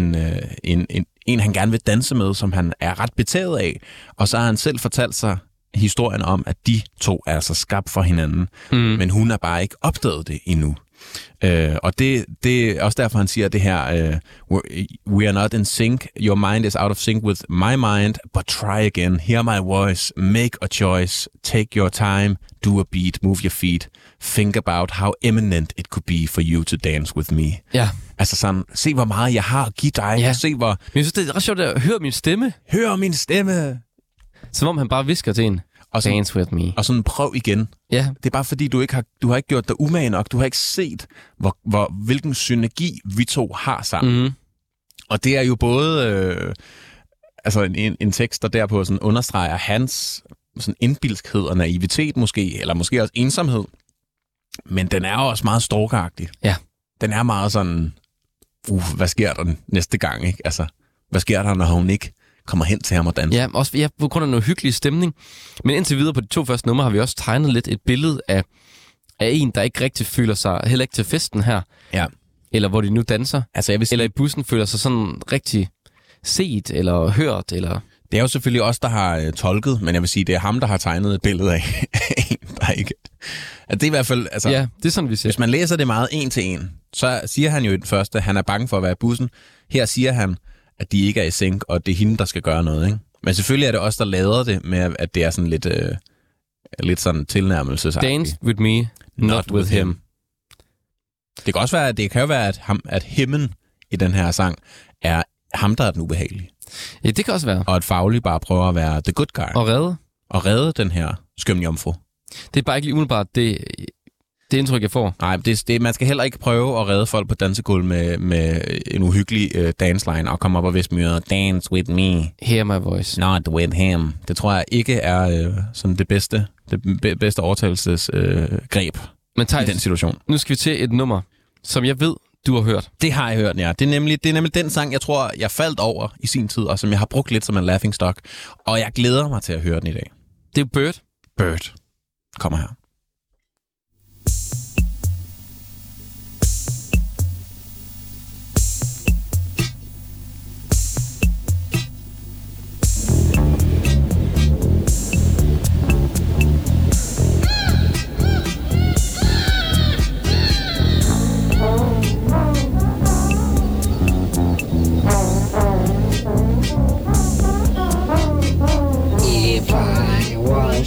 en, han gerne vil danse med, som han er ret betaget af. Og så har han selv fortalt sig historien om, at de to er altså skabt for hinanden. Men hun har bare ikke opdaget det endnu. Og det er også derfor, han siger det her, we are not in sync, your mind is out of sync with my mind, but try again, hear my voice, make a choice, take your time, do a beat, move your feet, think about how imminent it could be for you to dance with me. Ja. Altså sådan, se hvor meget jeg har at give dig, ja. Se hvor... Men jeg synes, det er ret sjovt at høre min stemme. Hør min stemme! Som om han bare visker til en. Og sådan, dance with me. Og sådan prøv igen. Ja. Det er bare fordi, du har ikke gjort dig umage nok. Du har ikke set, hvilken synergi vi to har sammen. Mm. Og det er jo både altså en tekst, der derpå sådan understreger hans sådan indbilskhed og naivitet måske, eller måske også ensomhed. Men den er også meget stalkeragtig. Ja. Den er meget sådan, hvad sker der næste gang, ikke? Altså, hvad sker der, når hun ikke kommer hen til ham og danser? Ja, også på grund af noget hyggelig stemning. Men indtil videre på de 2 første numre har vi også tegnet lidt et billede af en, der ikke rigtig føler sig, heller ikke til festen her. Ja. Eller hvor de nu danser. Altså, jeg vil sige, eller i bussen føler sig sådan rigtig set eller hørt. Eller... Det er jo selvfølgelig os, der har tolket, men jeg vil sige, det er ham, der har tegnet et billede af en, der ikke... Altså, det er i hvert fald... Altså, ja, det er sådan, vi ser. Hvis man læser det meget en til en, så siger han jo i den første, at han er bange for at være i bussen. Her siger han, at de ikke er i sync, og det er hende, der skal gøre noget, ikke? Men selvfølgelig er det os, der lader det med, at det er sådan lidt sådan tilnærmelsesagtigt. Dance with me, not with him. Det kan også være, at himmen i den her sang er ham, der er den ubehagelige. Ja, det kan også være. Og at Faglig bare prøver at være the good guy. Og redde den her skønjomfru. Det er bare ikke lige umiddelbart det indtryk, jeg får. Nej, man skal heller ikke prøve at redde folk på dansegulv med en uhyggelig danceline og komme op og viske dance with me. Hear my voice. Not with him. Det tror jeg ikke er sådan det bedste overtagelsesgreb i den situation. Nu skal vi til et nummer, som jeg ved, du har hørt. Det har jeg hørt, ja. Det er nemlig den sang, jeg tror, jeg faldt over i sin tid, og som jeg har brugt lidt som en laughingstock. Og jeg glæder mig til at høre den i dag. Det er Bird. Bird. Kommer her.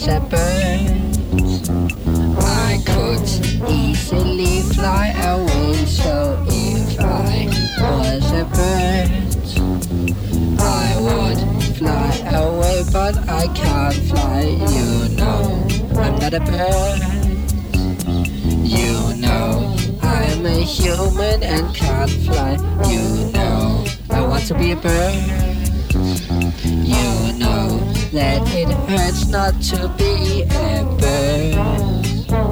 was a bird, I could easily fly away. So if I was a bird, I would fly away, but I can't fly. You know, I'm not a bird. You know, I'm a human and can't fly. You know, I want to be a bird. You know that it hurts not to be a bird.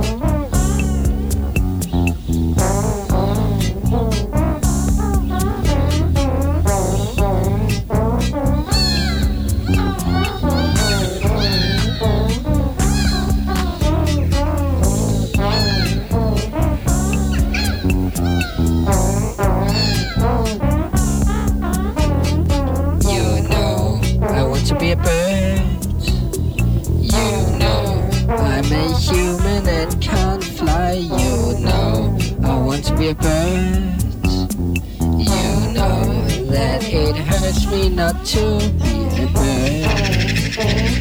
To be a bird, you know, I'm a human and can't fly. You know, I want to be a bird. You know that it hurts me not to be a bird.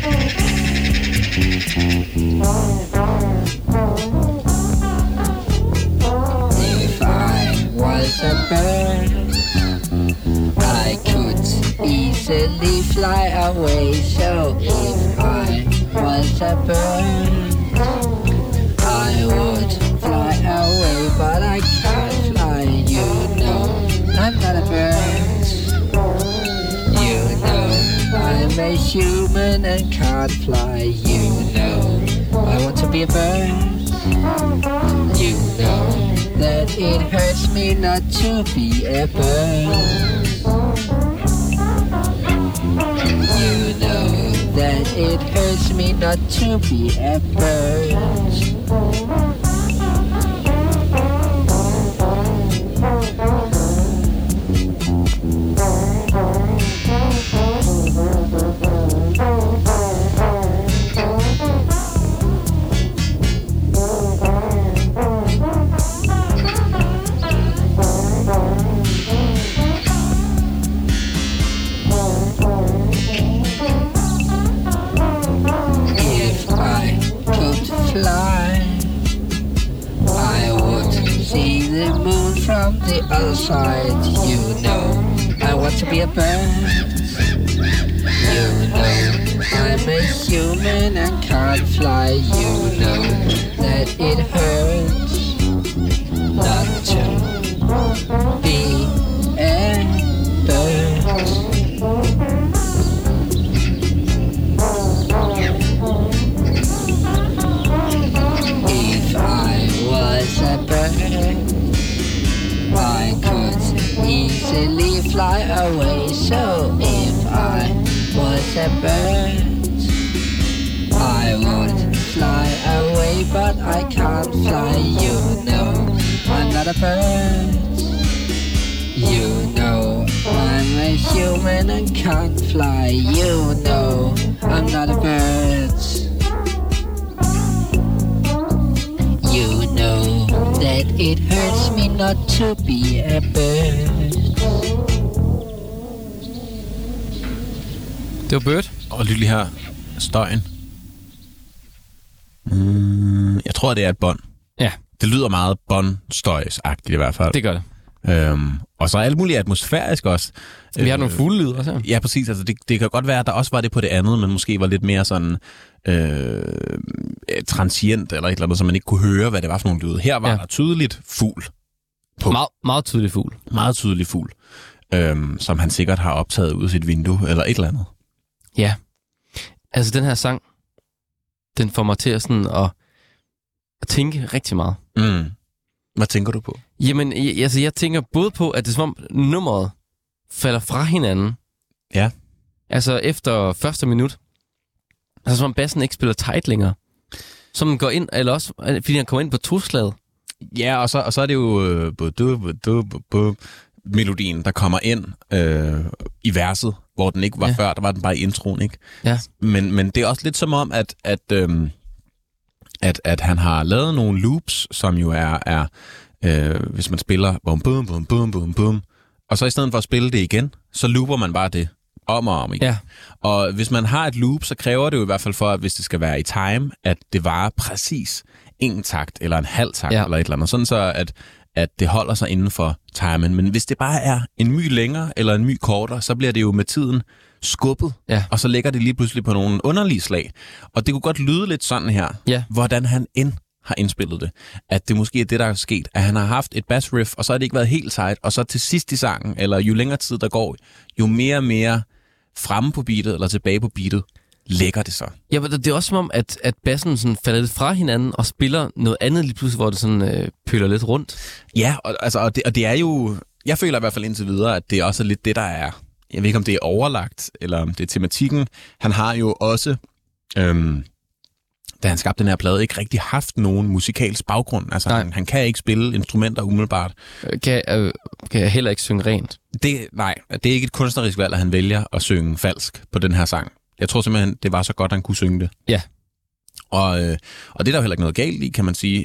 If I was a bird, I could easily fly away. So if I was a bird, I would fly away, but I can't fly. You know, I'm not a bird. You know, I'm a human and can't fly. You know, I want to be a bird. You know that it hurts me not to be a bird. You know that it hurts me not to be a bird. From the other side, you know, I want to be a bird. You know, I'm a human and can't fly. You know that it hurts not to be a bird. If I was a bird, I could easily fly away. So if I was a bird, I would fly away, but I can't fly. You know, I'm not a bird. You know, I'm a human and can't fly. You know, I'm not a bird. You know that it hurts me not to be a bird. Det var Bird. Og lyt lige her. Støjen. Jeg tror, det er et bånd. Ja. Det lyder meget båndstøjsagtigt i hvert fald. Det gør det. Og så er alt muligt atmosfærisk også. Vi har nogle fuglelyd også her. Ja, præcis. Altså, det kan godt være, at der også var det på det andet, men måske var lidt mere sådan transient eller et eller andet, så man ikke kunne høre, hvad det var for nogle lyde. Her var der tydeligt fugl. Meget tydelig fugl. Meget tydelig fugl, som han sikkert har optaget ud af sit vindue, eller et eller andet. Ja. Altså, den her sang, den får mig til at, sådan at tænke rigtig meget. Mm. Hvad tænker du på? Jamen, altså, jeg tænker både på, at det er som om nummeret falder fra hinanden. Ja. Altså, efter første minut. Altså, som om bassen ikke spiller tight længere. Som den går ind, eller også, fordi han kommer ind på toslaget. Ja, og så er det jo melodien, der kommer ind i verset, hvor den ikke var før, der var den bare i introen, ikke? Ja. Men det er også lidt som om, at han har lavet nogle loops, som jo er hvis man spiller bum bum bum bum bum bum, og så i stedet for at spille det igen, så looper man bare det. om og om igen. Ja. Og hvis man har et loop, så kræver det jo i hvert fald for, at hvis det skal være i time, at det varer præcis en takt, eller en halv takt, eller et eller andet. Sådan så, at det holder sig inden for timen. Men hvis det bare er en my længere, eller en my kortere, så bliver det jo med tiden skubbet, og så lægger det lige pludselig på nogle underlige slag. Og det kunne godt lyde lidt sådan her, hvordan han har indspillet det. At det måske er det, der er sket. At han har haft et bass riff, og så har det ikke været helt sejt, og så til sidst i sangen, eller jo længere tid der går, jo mere og mere fremme på beatet, eller tilbage på beatet, lægger det så. Ja, men det er også som om, at bassen sådan falder lidt fra hinanden, og spiller noget andet lige pludselig, hvor det sådan pøller lidt rundt. Ja, og det er jo... Jeg føler i hvert fald indtil videre, at det også er lidt det, der er... Jeg ved ikke, om det er overlagt, eller om det er tematikken. Han har jo også... da han skabte den her plade, ikke rigtig haft nogen musikalsk baggrund. Altså, han kan ikke spille instrumenter umiddelbart. Kan jeg heller ikke synge rent? Det er ikke et kunstnerisk valg, at han vælger at synge falsk på den her sang. Jeg tror simpelthen, det var så godt, at han kunne synge det. Ja. Og det er der jo heller ikke noget galt i, kan man sige.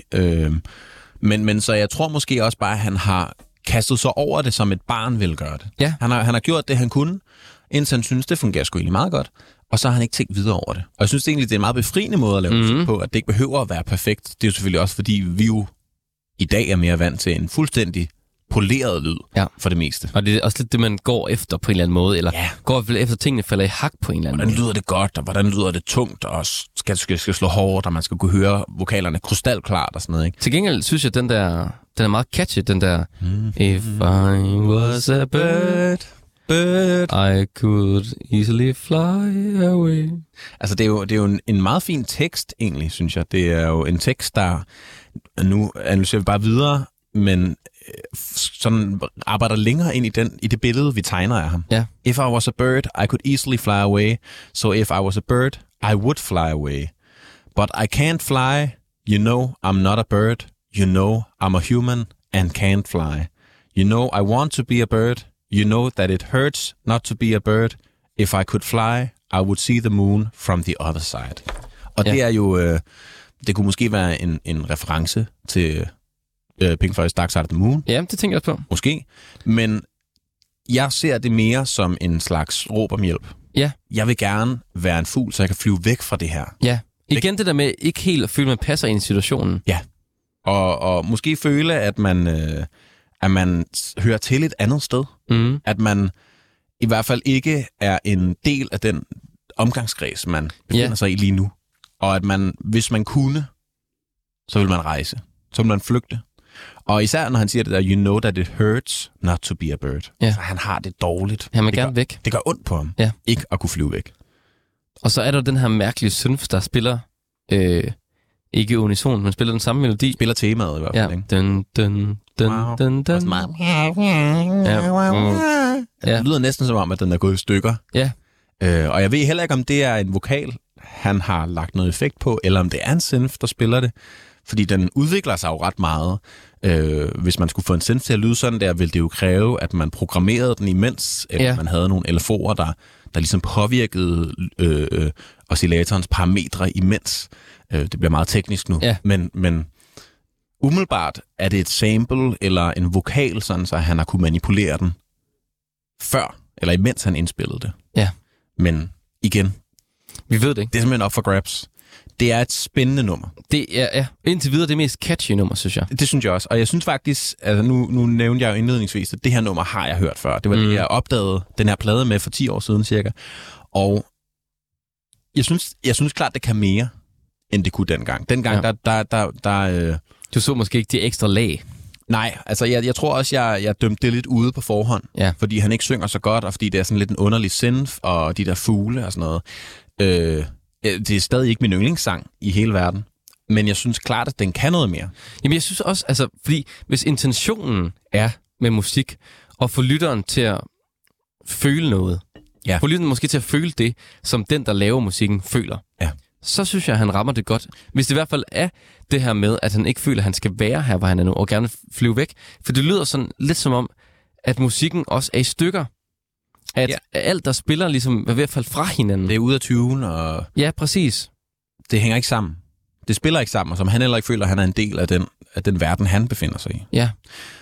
Men så jeg tror måske også bare, at han har kastet sig over det, som et barn ville gøre det. Ja. Han har gjort det, han kunne, indtil han synes, det fungerer sgu egentlig meget godt. Og så har han ikke tænkt videre over det. Og jeg synes egentlig, det er en meget befriende måde at lave musik på, at det ikke behøver at være perfekt. Det er jo selvfølgelig også, fordi vi jo i dag er mere vant til en fuldstændig poleret lyd for det meste. Og det er også lidt det, man går efter på en eller anden måde, eller går efter tingene falder i hak på en eller anden måde. Hvordan lyder det godt, og hvordan lyder det tungt, og skal slå hårdt, og man skal kunne høre vokalerne krystalklart og sådan noget, ikke? Til gengæld synes jeg, den er meget catchy, den der If I was a bird, I could easily fly away. Altså, det er jo en meget fin tekst, egentlig, synes jeg. Det er jo en tekst, der... Nu analyserer vi bare videre, men sådan arbejder længere ind i det billede, vi tegner af ham. Ja. If I was a bird, I could easily fly away. So if I was a bird, I would fly away. But I can't fly. You know I'm not a bird. You know I'm a human and can't fly. You know I want to be a bird. You know that it hurts not to be a bird. If I could fly, I would see the moon from the other side. Og det er jo... det kunne måske være en reference til Pink Floyd's Dark Side of the Moon. Ja, det tænker jeg på. Måske. Men jeg ser det mere som en slags råb om hjælp. Ja. Jeg vil gerne være en fugl, så jeg kan flyve væk fra det her. Ja. Igen det der med ikke helt at føle, at man passer ind i situationen. Ja. Og måske føle, at man hører til et andet sted. Mm. At man i hvert fald ikke er en del af den omgangskreds, man befinder sig i lige nu. Og at man, hvis man kunne, så vil man rejse. Så vil man flygte. Og især når han siger det der, you know that it hurts not to be a bird. Ja. Så han har det dårligt. Han vil gerne væk. Det gør ondt på ham. Ja. Ikke at kunne flyve væk. Og så er der den her mærkelige synth, der spiller ikke unison, men spiller den samme melodi. Spiller temaet i hvert fald. Ja. Dun, dun, dun, dun, dun. Ja. Det lyder næsten som om, at den er gået i stykker. Ja. Og jeg ved heller ikke, om det er en vokal, han har lagt noget effekt på, eller om det er en synth, der spiller det. Fordi den udvikler sig jo ret meget. Hvis man skulle få en synth til at lyde sådan der, ville det jo kræve, at man programmerede den imens, eller man havde nogle LFO'er, der ligesom påvirkede oscillatorens parametre imens. Det bliver meget teknisk nu. Ja. Men umiddelbart er det et sample eller en vokal, sådan så han har kunne manipulere den før, eller imens han indspillede det. Ja. Men igen, vi ved det ikke. Det er simpelthen op for grabs. Det er et spændende nummer. Det er indtil videre det mest catchy nummer, synes jeg. Det synes jeg også. Og jeg synes faktisk, altså nu nævnte jeg jo indledningsvis, at det her nummer har jeg hørt før. Det var det, jeg opdagede den her plade med for 10 år siden cirka. Og jeg synes klart, det kan mere, end det kunne dengang. Dengang, Du så måske ikke de ekstra lag. Nej, altså jeg tror også, jeg dømte det lidt ude på forhånd. Ja. Fordi han ikke synger så godt, og fordi det er sådan lidt en underlig synth, og de der fugle og sådan noget. Det er stadig ikke min yndlingssang i hele verden. Men jeg synes klart, at den kan noget mere. Jamen jeg synes også, altså, fordi hvis intentionen er med musik, og få lytteren til at føle noget, få lytteren måske til at føle det, som den, der laver musikken, føler, så synes jeg, at han rammer det godt. Hvis det i hvert fald er det her med, at han ikke føler, at han skal være her, hvor han er nu, og gerne flyve væk. For det lyder sådan lidt som om, at musikken også er i stykker. At alt, der spiller, ligesom er ved at falde fra hinanden. Det er ude af tune, og... Ja, præcis. Det hænger ikke sammen. Det spiller ikke sammen, og som han heller ikke føler, at han er en del af den verden, han befinder sig i. Ja.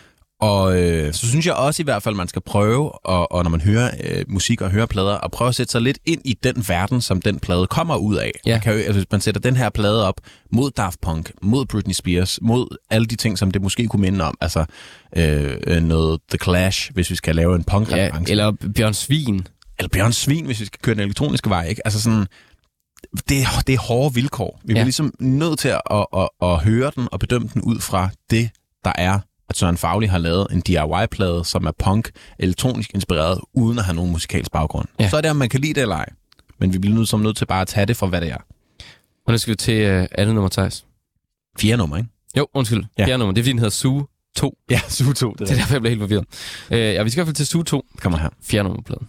Og så synes jeg også i hvert fald, man skal prøve, og når man hører musik og hører plader, at prøve at sætte sig lidt ind i den verden, som den plade kommer ud af. Ja. Hvis man sætter den her plade op mod Daft Punk, mod Britney Spears, mod alle de ting, som det måske kunne minde om. Altså noget The Clash, hvis vi skal lave en punk-reference. Ja, eller Bjørn Svin. Eller Bjørn Svin, hvis vi skal køre den elektroniske vej. Ikke? Altså sådan, det er hårde vilkår. Vi er ligesom nødt til at høre den og bedømme den ud fra det, der er, at Søren Fauli har lavet en DIY-plade, som er punk, elektronisk inspireret, uden at have nogen musikalsk baggrund. Ja. Så er det, om man kan lide det eller ej. Men vi bliver nødt til bare at tage det for, hvad det er. Og nu skal vi til andet nummer, Theis. 4. nummer, ikke? Jo, undskyld. 4. nummer. Det er, fordi den hedder Zoo 2. Ja, Zoo 2. Det er derfor, jeg bliver helt forvirret. Ja, vi skal i hvert fald til Zoo 2. Kommer her. 4. nummerpladen.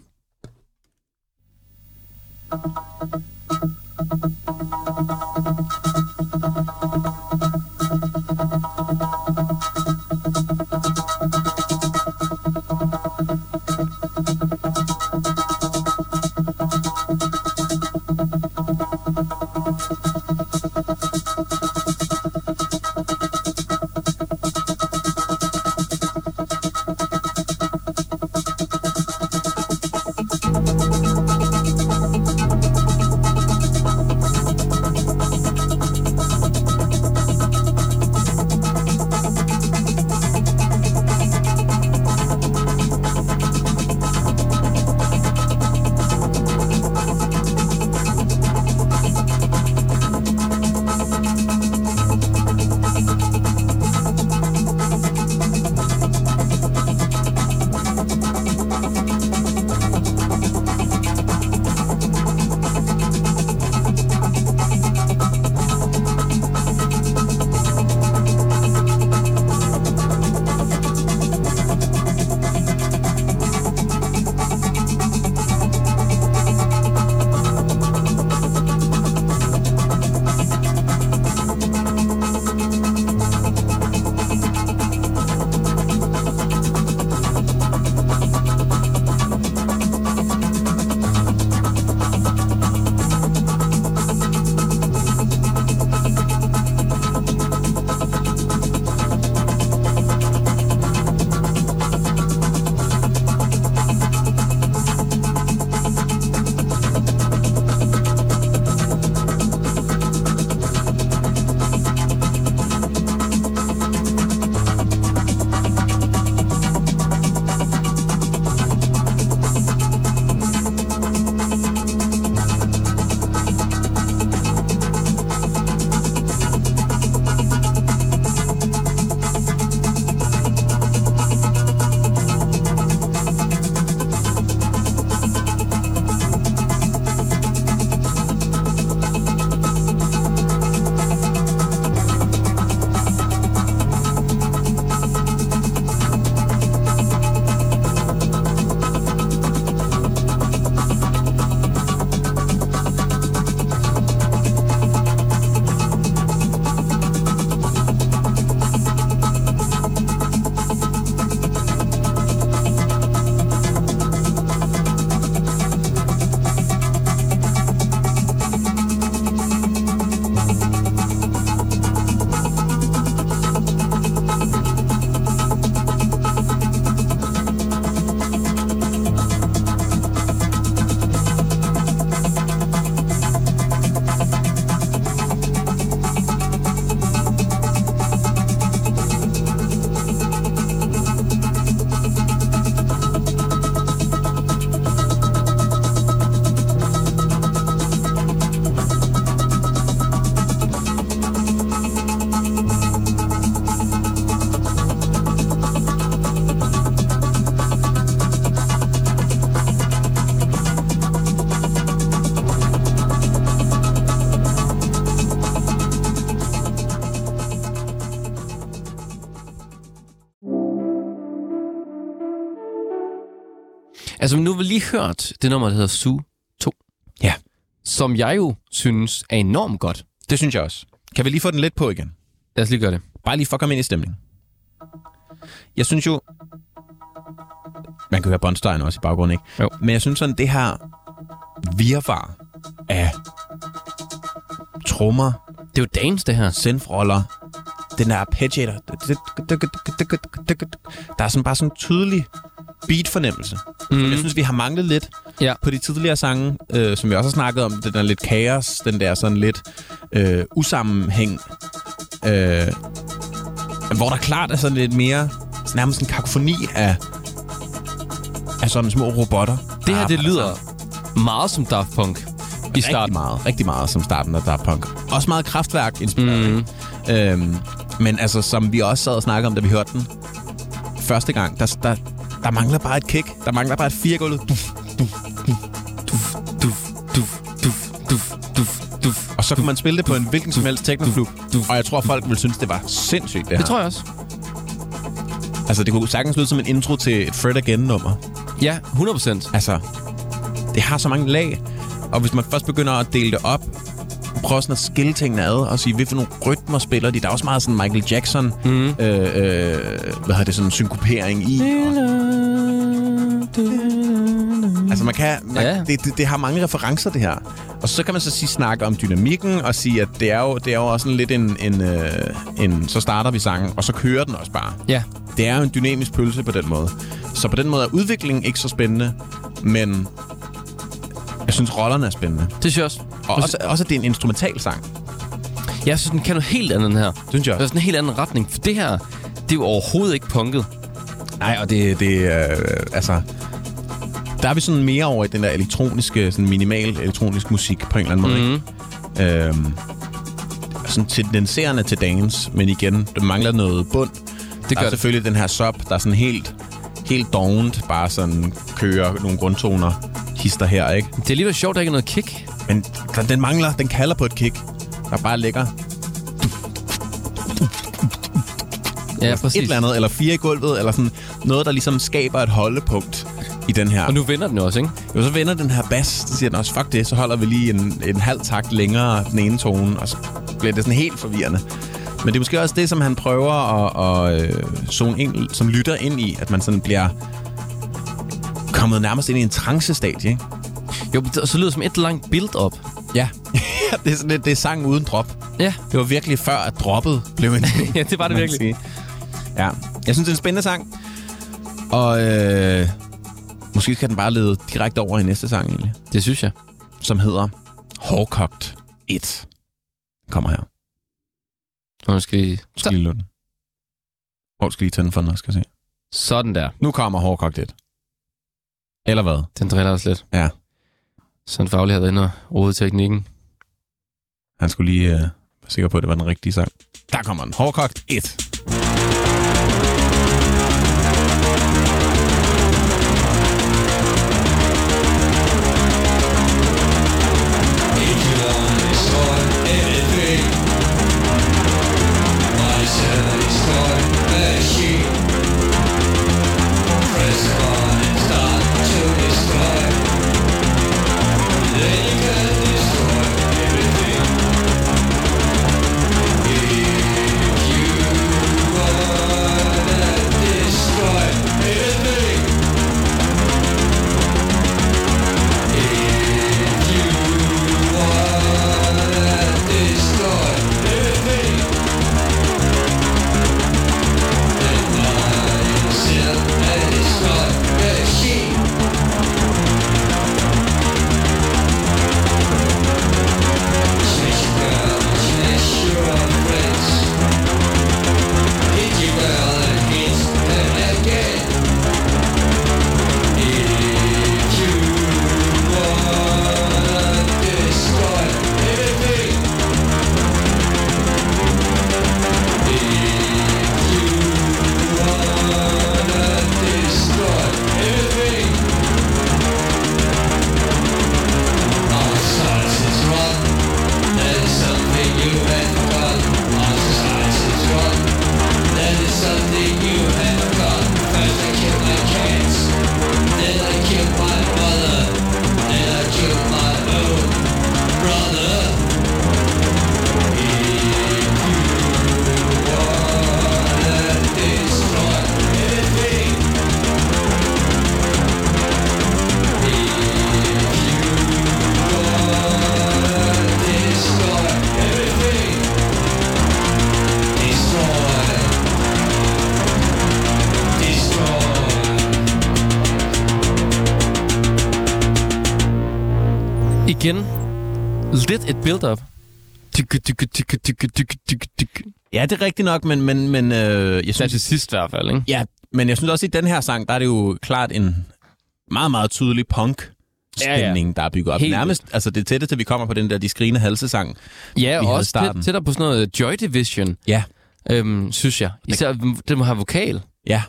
Altså, nu har vi lige hørt det nummer, der hedder Zoo 2. Ja. Som jeg jo synes er enormt godt. Det synes jeg også. Kan vi lige få den lidt på igen? Lad os lige gøre det. Bare lige for at komme ind i stemningen. Jeg synes jo... Man kan høre båndstegen også i baggrunden, ikke? Jo. Men jeg synes sådan, det her virvar af trommer, Det er jo dance, det her. synthroller, den der arpeggiator. Der er sådan bare sådan en tydelig beat-fornemmelse. Jeg synes, vi har manglet lidt på de tidligere sange, som vi også har snakket om. Den der lidt kaos, den der sådan lidt usammenhæng. Hvor der klart er sådan lidt mere, nærmest en kakofoni af sådan små robotter. Det her, det lyder meget som Daft Punk i starten. Rigtig meget som starten af Daft Punk. Også meget Kraftwerk inspireret. Men altså, som vi også sad og snakkede om, da vi hørte den første gang, der mangler bare et kick. Der mangler bare et firegulvet. Og så kunne man spille det på en hvilken som helst technoklub. Og jeg tror, folk ville synes, det var sindssygt, det her. Det tror jeg også. Altså, det kunne sagtens lyde som en intro til et Fred Again-nummer. Ja, 100%. Altså, det har så mange lag. Og hvis man først begynder at dele det op, prøver sådan at skille tingene ad og sige, hvilke nogle rytmer spiller de. Der er også meget sådan Michael Jackson, hvad hedder det, sådan synkopering i. Altså det har mange referencer, det her. Og så kan man så snakke om dynamikken og sige, at det er jo også sådan lidt en så starter vi sangen, og så kører den også bare. Ja. Det er jo en dynamisk pølse på den måde. Så på den måde er udviklingen ikke så spændende, men jeg synes, rollerne er spændende. Det synes jeg også. Og også at det er en instrumental sang. Jeg synes, den kan noget helt andet, den her. Det synes jeg også. Det er sådan en helt anden retning. For det her, det er jo overhovedet ikke punket. Nej, og altså... Der er vi sådan mere over i den der elektroniske, sådan minimal elektronisk musik på en eller anden måde. Sådan tendenserende til dance, men igen, det mangler noget bund. Det gør selvfølgelig den her sub, der er sådan helt dovent, bare sådan kører nogle grundtoner, hister her, ikke? Det er alligevel sjovt, der ikke er noget kick. Men den kalder på et kick, der bare ligger. Ja, præcis. Et eller andet, eller 4 i gulvet, eller sådan noget, der ligesom skaber et holdepunkt i den her. Og nu vender den også, ikke? Jo, så vender den her bass, så siger den også, fuck det, så holder vi lige en halv takt længere den ene tone, og så bliver det sådan helt forvirrende. Men det er måske også det, som han prøver at zone ind, som lytter ind i, at man sådan bliver kommet nærmest ind i en trancestadie, ikke? Jo, så lyder det som et langt build-up. Ja, det er sådan lidt, det er sang uden drop. Ja. Det var virkelig før, at droppet blev en ja, det var det virkelig. Sige. Ja, jeg synes, det er en spændende sang. Og måske skal den bare lede direkte over i næste sang, egentlig. Det synes jeg. Som hedder Hårdkogt 1. Kommer her. Hvor skal I... Hvor skal I tænde for den, skal jeg se. Sådan der. Nu kommer Hårdkogt 1. Eller hvad? Den driller os lidt. Ja. Sådan faglig havde inde og rodet teknikken. Han skulle lige være sikker på, at det var den rigtige sang. Der kommer den. Hårdkogt 1. You igen lidt et build-up. Ja, det er rigtigt nok, men jeg synes... til sidst i hvert fald, ikke? Ja, men jeg synes også, at i den her sang, der er det jo klart en meget, meget tydelig punk-stemning, der er bygget op. Helt Nærmest, altså det tætteste, vi kommer på den der De Skrigende Halse-sang. Ja, og også tættere på sådan noget Joy Division, ja. Synes jeg. Især, det må have vokal. Ja.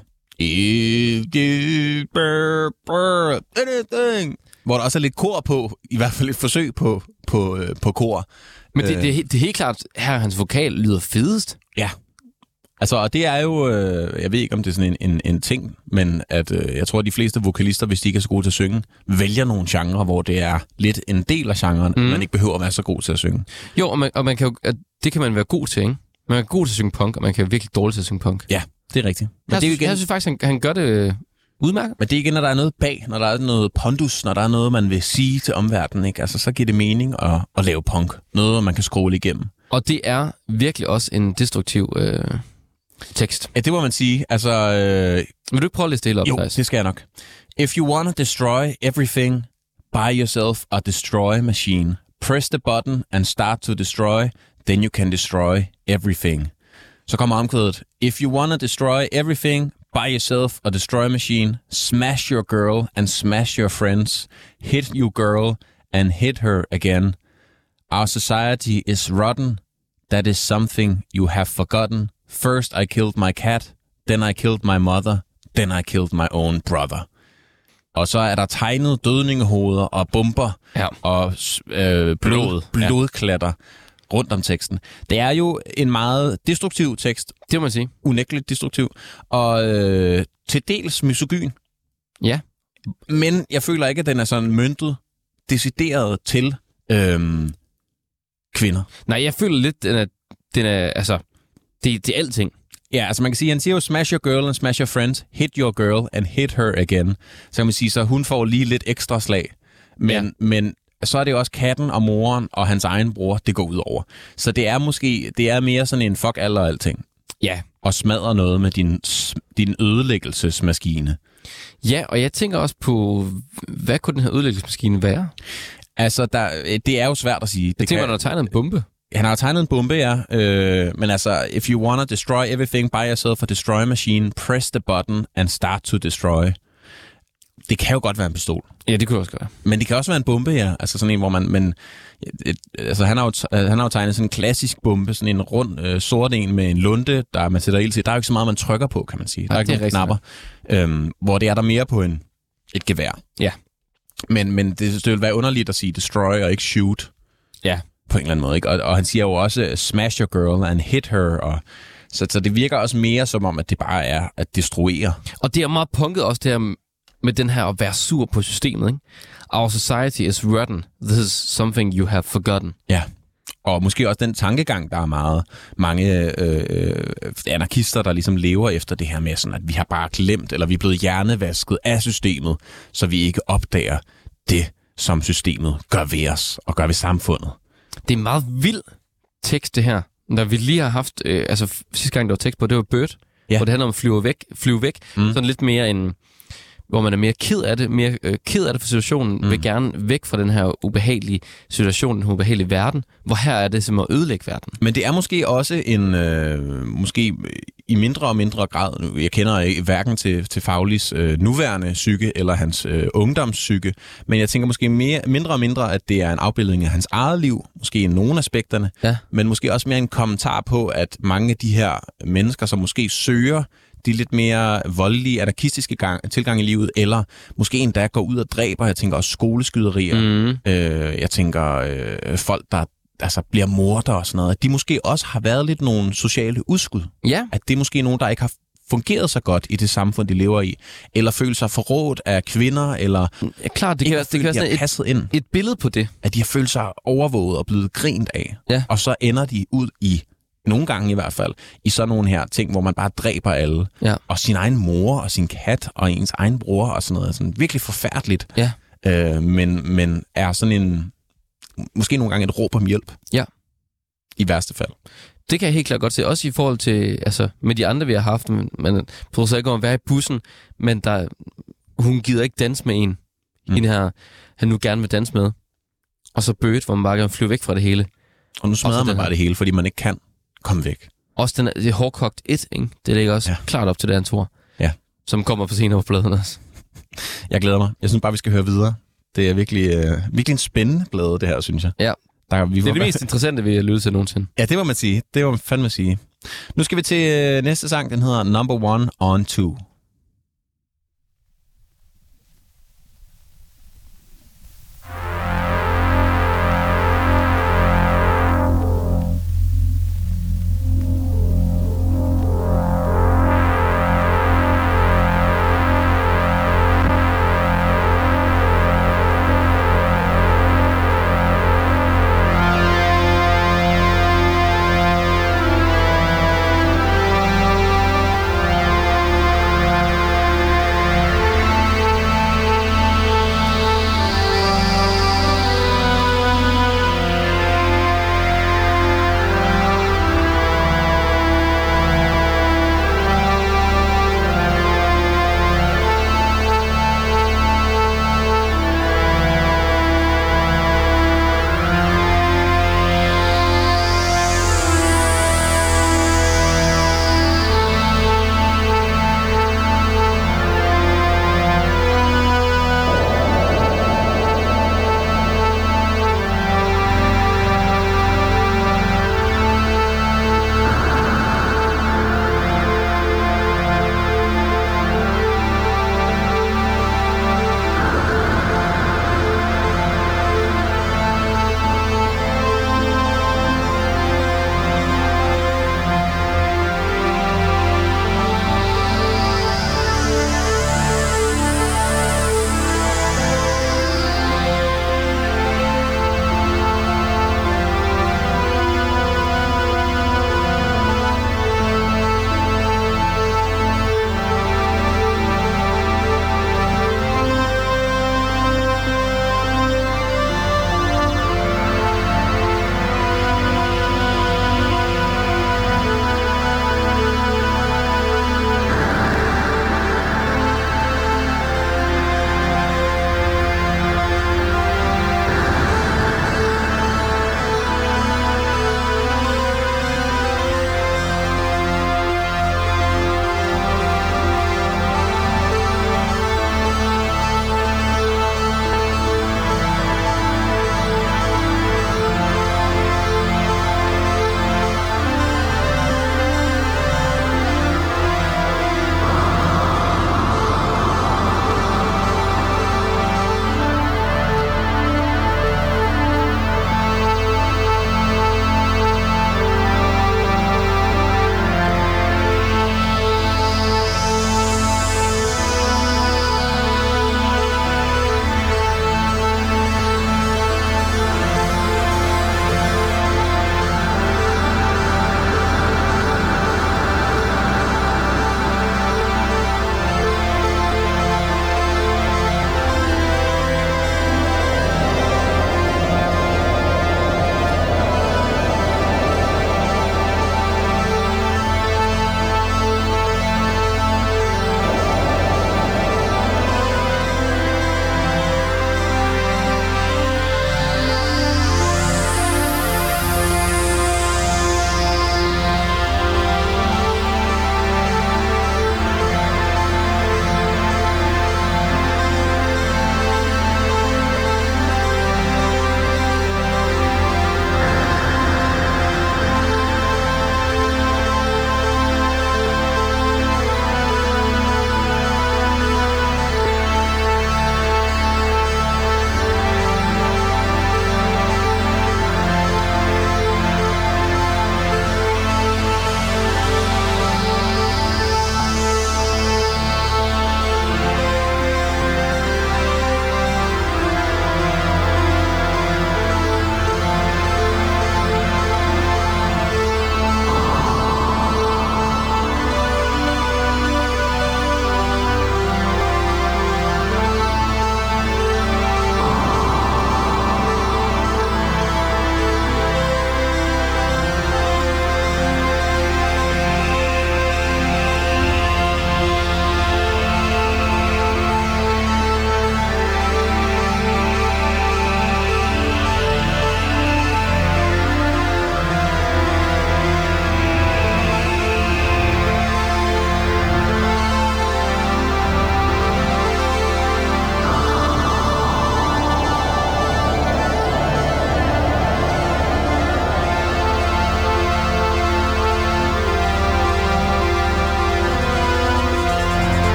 Hvor der også er lidt kor på, i hvert fald et forsøg på kor. Men det er helt klart, her hans vokal lyder fedest. Ja. Altså, og det er jo, jeg ved ikke, om det er sådan en ting, men at jeg tror, at de fleste vokalister, hvis de ikke er så gode til at synge, vælger nogle genrer, hvor det er lidt en del af genren, man ikke behøver at være så god til at synge. Jo, og man kan jo, det kan man være god til, ikke? Man er god til at synge punk, og man kan være virkelig dårlig til at synge punk. Ja, det er rigtigt. Men jeg synes faktisk, han gør det udmærket. Men det er igen, når der er noget bag, når der er noget pondus, når der er noget, man vil sige til omverdenen, ikke? Altså, så giver det mening at lave punk. Noget, man kan scrolle igennem. Og det er virkelig også en destruktiv tekst. Ja, det må man sige. Altså, vil du ikke prøve at læse det hele op? Jo, faktisk? Det skal jeg nok. If you want to destroy everything, buy yourself a destroy machine. Press the button and start to destroy, then you can destroy everything. Så kommer omkvædet. If you want to destroy everything, buy yourself a destroy machine. Smash your girl and smash your friends. Hit you girl and hit her again. Our society is rotten. That is something you have forgotten. First I killed my cat, then I killed my mother, then I killed my own brother. Og så er der tegnet dødningehoveder og bomber og blodklatter rundt om teksten. Det er jo en meget destruktiv tekst. Det må man sige. Unægteligt destruktiv. Og til dels misogyn. Ja. Men jeg føler ikke, at den er sådan møntet, decideret til kvinder. Nej, jeg føler lidt, den er altså... Det er alting. Ja, altså man kan sige, han siger jo, smash your girl and smash your friends, hit your girl and hit her again. Så kan man sige, så hun får lige lidt ekstra slag. Men så er det også katten og moren og hans egen bror, det går ud over. Så det er mere sådan en fuck alle og alting. Ja. Og smadre noget med din ødelæggelsesmaskine. Ja, og jeg tænker også på, hvad kunne den her ødelæggelsesmaskine være? Altså, det er jo svært at sige. Jeg tænker, man har tegnet en bombe. Han har tegnet en bombe, ja. Men altså, if you wanna destroy everything, buy yourself a destroy machine, press the button and start to destroy. Det kan jo godt være en pistol. Ja, det kunne også være. Men det kan også være en bombe, ja. Altså sådan en, hvor man... altså, han har jo tegnet sådan en klassisk bombe, sådan en rund, sort en med en lunde, der man sætter ild til. Der er jo ikke så meget, man trykker på, kan man sige. Der er ikke nogen knapper. Hvor det er der mere på et gevær. Ja. Men det vil være underligt at sige destroy og ikke shoot. Ja. På en eller anden måde, ikke? Og han siger jo også, smash your girl and hit her. Og, så det virker også mere som om, at det bare er at destruere. Og det er meget punket også det her med den her at være sur på systemet, ikke? Our society is rotten. This is something you have forgotten. Ja, og måske også den tankegang, der er mange anarkister, der ligesom lever efter det her med, sådan, at vi har bare glemt, eller vi er blevet hjernevasket af systemet, så vi ikke opdager det, som systemet gør ved os og gør ved samfundet. Det er en meget vild tekst, det her. Når vi lige har haft, sidste gang, der var tekst på, det var Bird, hvor det handler om at flyve væk. Sådan lidt mere en, hvor man er mere ked af det, for situationen, vil gerne væk fra den her ubehagelige situation, den ubehagelige verden, hvor her er det simpelthen at ødelægge verden. Men det er måske også en, måske i mindre og mindre grad, jeg kender ikke hverken til Faglis nuværende psyke eller hans ungdomspsyke, men jeg tænker måske mindre og mindre, at det er en afbildning af hans eget liv, måske i nogle aspekterne, men måske også mere en kommentar på, at mange af de her mennesker, som måske søger de lidt mere voldelige, anarkistiske tilgang i livet, eller måske endda går ud og dræber. Jeg tænker også skoleskyderier. Jeg tænker folk, der altså bliver mordere og sådan noget. At de måske også har været lidt nogle sociale udskud. Ja. At det er måske nogen, der ikke har fungeret så godt i det samfund, de lever i. Eller føler sig forrådt af kvinder, eller klart, det kan være sådan et billede på det. At de har følt sig overvåget og blevet grint af. Ja. Og så ender de ud i nogle gange i hvert fald, i sådan nogle her ting, hvor man bare dræber alle. Ja. Og sin egen mor, og sin kat, og ens egen bror, og sådan noget. Sådan virkelig forfærdeligt. Ja. Men er sådan en, måske nogle gange et råb om hjælp. Ja. I værste fald. Det kan jeg helt klart godt se. Også i forhold til, altså med de andre, vi har haft. Man prøver så ikke om at være i bussen, men hun gider ikke danse med en. Hende her, han nu gerne vil danse med. Og så Bird, hvor man bare kan flyve væk fra det hele. Og nu smadrer Og så man den bare her. det hele, fordi man ikke kan komme væk. Også det er hårdkogt 1, ikke? Det ligger også klart op til den tur. Ja. Som kommer på senere på pladen også. Jeg glæder mig. Jeg synes bare, vi skal høre videre. Det er virkelig en spændende plade, det her, synes jeg. Ja. Det er det mest interessante, vi har lyttet til nogensinde. Ja, det må man sige. Det må man fandme sige. Nu skal vi til næste sang. Den hedder Number One on 2. Number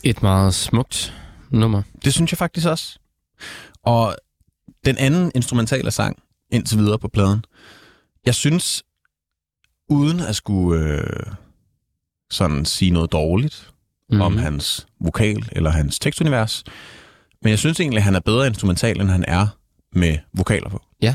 Et meget smukt nummer. Det synes jeg faktisk også. Og den anden instrumentale sang, indtil videre på pladen, jeg synes, uden at skulle sådan sige noget dårligt om hans vokal eller hans tekstunivers, men jeg synes egentlig, at han er bedre instrumental, end han er med vokaler på. Ja.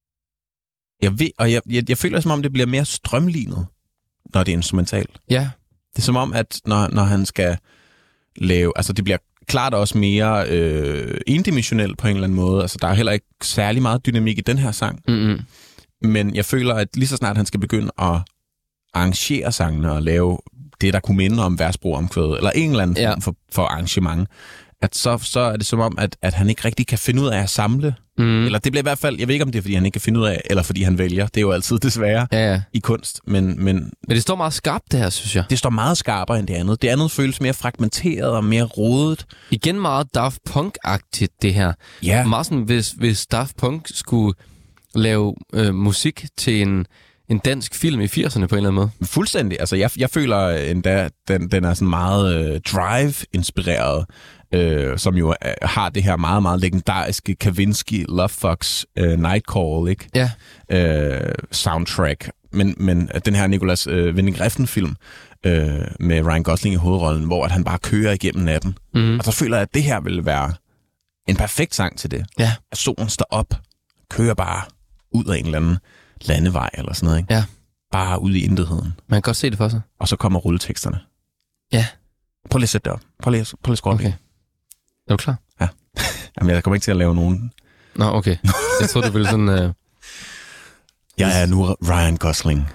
Jeg føler, som om det bliver mere strømlignet, når det er instrumentalt. Ja. Det er som om, at når han skal lave... Altså, det bliver klart også mere endimensionelt på en eller anden måde. Altså, der er heller ikke særlig meget dynamik i den her sang. Mm-hmm. Men jeg føler, at lige så snart han skal begynde at arrangere sangene og lave det, der kunne minde om versbroomkvædet, eller en eller anden form for arrangement, at så er det som om, at han ikke rigtig kan finde ud af at samle. Eller det bliver i hvert fald, jeg ved ikke, om det er, fordi han ikke kan finde ud af, eller fordi han vælger. Det er jo altid desværre i kunst. Men det står meget skarpt, det her, synes jeg. Det står meget skarpere end det andet. Det andet føles mere fragmenteret og mere rodet. Igen meget Daft Punk-agtigt, det her. Ja. Meget sådan, hvis Daft Punk skulle lave musik til en dansk film i 80'erne på en eller anden måde. Fuldstændig. Altså, jeg føler endda, den er sådan meget Drive-inspireret, som jo har det her meget, meget legendariske Kavinsky Love Fox Night Call, ikke? Ja. Soundtrack. Men den her Nicolas Winding Refn-film med Ryan Gosling i hovedrollen, hvor at han bare kører igennem natten. Og så føler jeg, at det her vil være en perfekt sang til det. Ja. At solen står op, kører bare ud af en eller anden landevej eller sådan noget, ikke? Ja. Bare ud i intetheden. Man kan godt se det for sig. Og så kommer rulleteksterne. Ja. Prøv lige at sætte det op. Prøv lige at skrue okay. Er du klar? Ja. Jamen, jeg kommer ikke til at lave nogen. Nå, okay. Jeg tror, du ville sådan... Jeg er nu Ryan Gosling.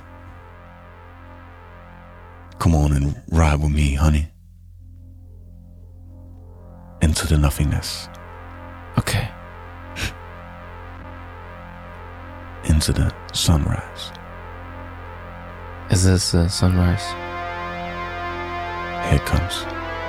Come on and ride with me, honey. Into the nothingness. Okay. Into the sunrise. Is this sunrise? Here it comes.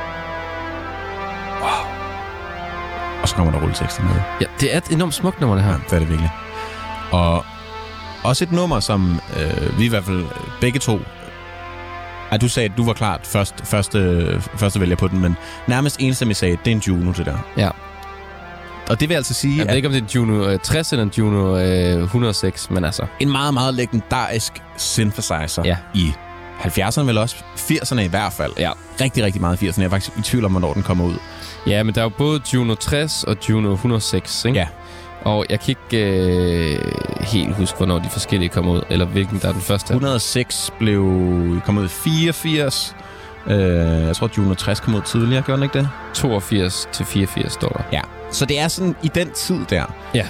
Wow. Og så kommer der rulletekster med. Ja, det er et enormt smukt nummer, det her. Ja, det er det virkelig. Og også et nummer, som vi i hvert fald begge to... Du sagde, at du var klart første vælger på den, men nærmest eneste, vi sagde, det er en Juno, det der. Ja. Og det vil altså sige... Jeg ved ikke, om det er en Juno 60 eller en Juno 106, men altså... En meget, meget legendarisk synthesizer i 70'erne vel også. 80'erne i hvert fald. Ja. Rigtig, rigtig meget i 80'erne. Jeg er faktisk i tvivl om, hvornår den kommer ud. Ja, men der er jo både Juno 60 og Juno 106, ikke? Ja. Og jeg kan ikke helt huske, hvornår de forskellige kommer ud, eller hvilken der er den første. 106 kom ud i 84. Jeg tror, Juno 60 kom ud tidligere, gjorde den ikke det? 82 til 84 står der. Ja, så det er sådan i den tid der. Ja.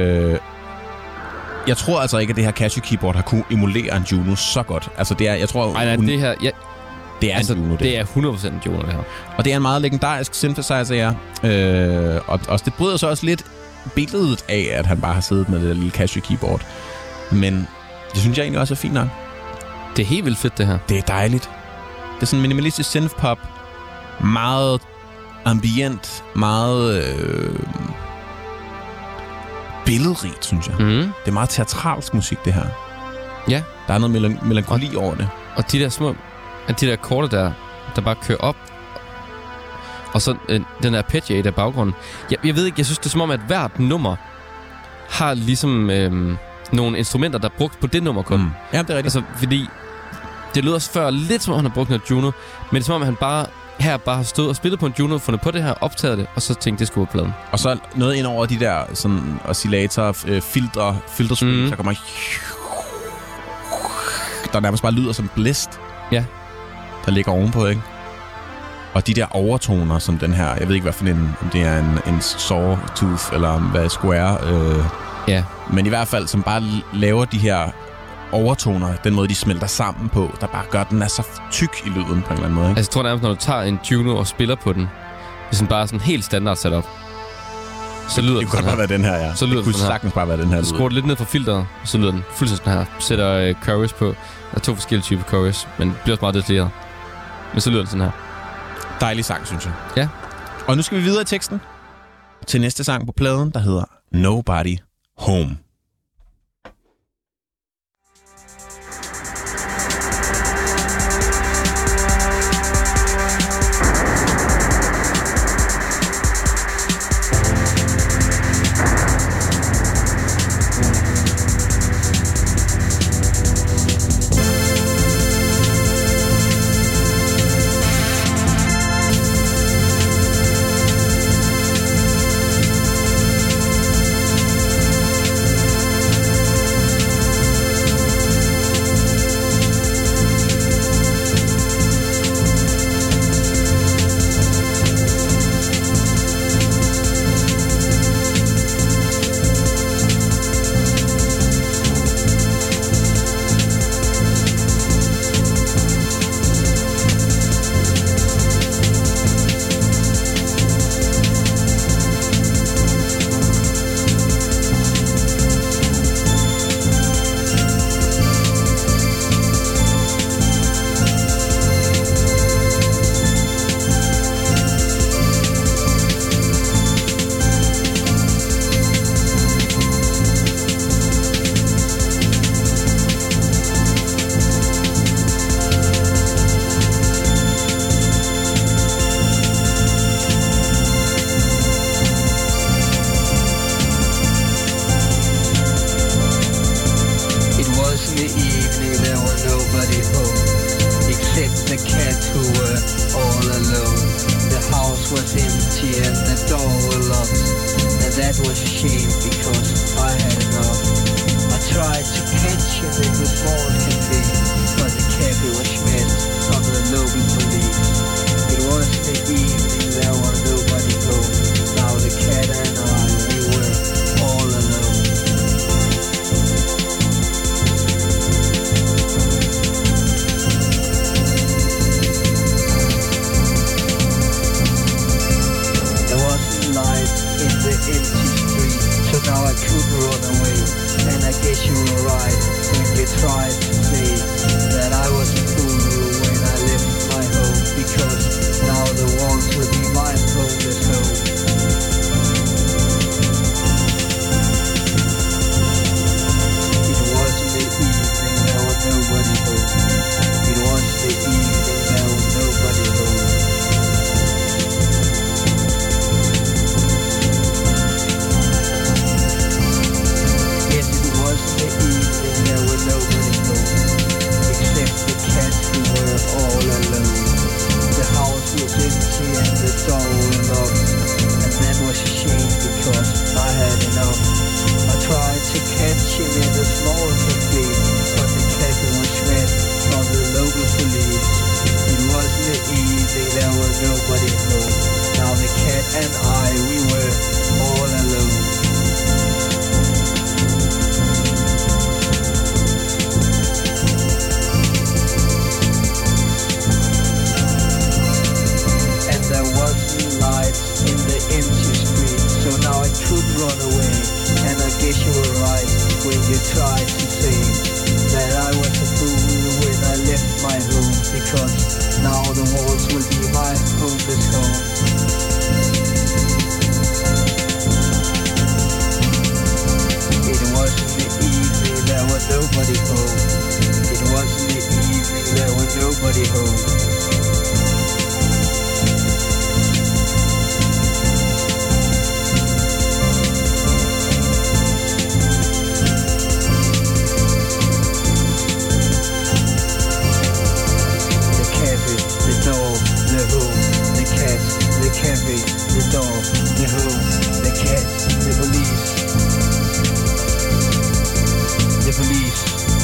Jeg tror altså ikke, at det her Casio keyboard har kunne emulere en Juno så godt. Altså det er, jeg tror... Nej, det her... Ja, det er altså, en Juno, det er 100% en Juno, det her. Og det er en meget legendarisk synthesizer, ja. Og det bryder så også lidt billedet af, at han bare har siddet med det der lille Casio keyboard. Men det synes jeg egentlig også er fint nok. Det er helt vildt fedt, det her. Det er dejligt. Det er sådan minimalistisk synthpop. Meget ambient. Meget billedrigt, synes jeg. Det er meget teatralsk musik, det her. Ja. Der er noget melankoli over det. Og de der små... De der akkorder der bare kører op. Og så den der arpeggio i der baggrunden. Jeg ved ikke, jeg synes det er som om, at hvert nummer har ligesom nogle instrumenter, der er brugt på det nummer kun. Ja, det er rigtigt. Altså, fordi det lyder også før lidt som om, han har brugt noget Juno, men det er som om, at han bare har stået og spillet på en Juno, fundet på det her, optaget det, og så tænkte det skulle på pladen. Og så noget ind over de der sådan oscillator, filterspil, så kommer der nærmest bare lyder som blæst. Ja. Der ligger ovenpå, ikke? Og de der overtoner, som den her, jeg ved ikke, hvad for om det er en sawtooth, eller hvad Square. Ja. Men i hvert fald, som bare laver de her overtoner, den måde, de smelter sammen på, der bare gør, den er så tyk i lyden på en eller anden måde, ikke? Altså, jeg tror nærmest, når du tager en Juno og spiller på den, det er bare sådan helt standard setup. Så lyder det kunne godt bare være den her, ja. Så lyder det kunne sagtens bare være den her. Du skruer lidt ned fra filteret, og så lyder den fuldstændig sådan her. Sætter chorus på. Der er 2 forskellige typer chorus, men det bliver også meget detaljeret. Men så lyder den sådan her. Dejlig sang, synes jeg. Ja. Og nu skal vi videre i teksten til næste sang på pladen, der hedder Nobody Home. that was a shame because I had enough. I tried to catch him in the small cafe, but the cafe was missed from the local police. It was the evening, there was nobody home. Now the cat and I, we were all alone. There wasn't light in the empty street, so now I could run away. And I guess you were right when you tried to say that I was a fool when I left my home, because now the walls will be my homeless home. It wasn't the evening, there was nobody home. It was the evening, there was nobody home. Yes, it was the evening, there was nobody home, except the cats who were all alone. The house was empty and the door was locked, and that was a shame because I had enough. I tried to catch him in the small cafe, but the cafe was smashed from the local police. It wasn't the evening, there was nobody home. Now the cat and I, we were all alone. And there wasn't light in the empty street, so now I could run away. And I guess you were right when you tried to say that I was a fool when I left my home, because now the walls will be my homeless home. It wasn't the evening, there was nobody home. It wasn't the evening, there was nobody home. The cafe, the door, the home, the cat, the cafe, the door, the home, the cat, the police. The police.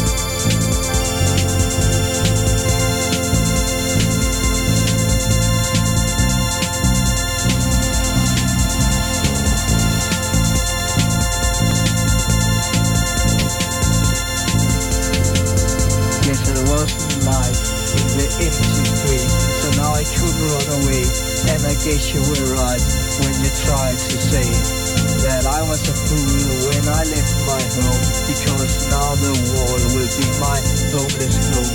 Yes, there wasn't light in the empty street, so now I couldn't run away. And I guess you were right when you tried to say that I was a fool when I left my home, because now the wall will be my homeless home.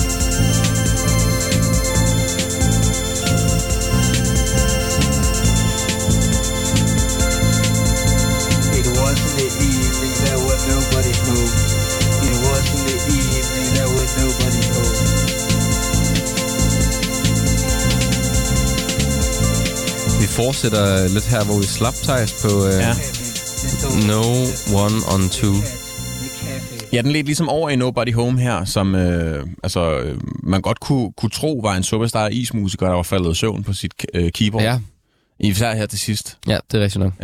It wasn't the evening, there was nobody home. It wasn't the evening, there was nobody home. Vi fortsætter lidt her, hvor vi slap Thijs på Ja. No One on Two. Ja, den ledte ligesom over i Nobody Home her, som man godt kunne tro var en superstar ismusiker, der var faldet i søvn på sit keyboard. Ja. Især her til sidst. Ja, det er rigtigt nok.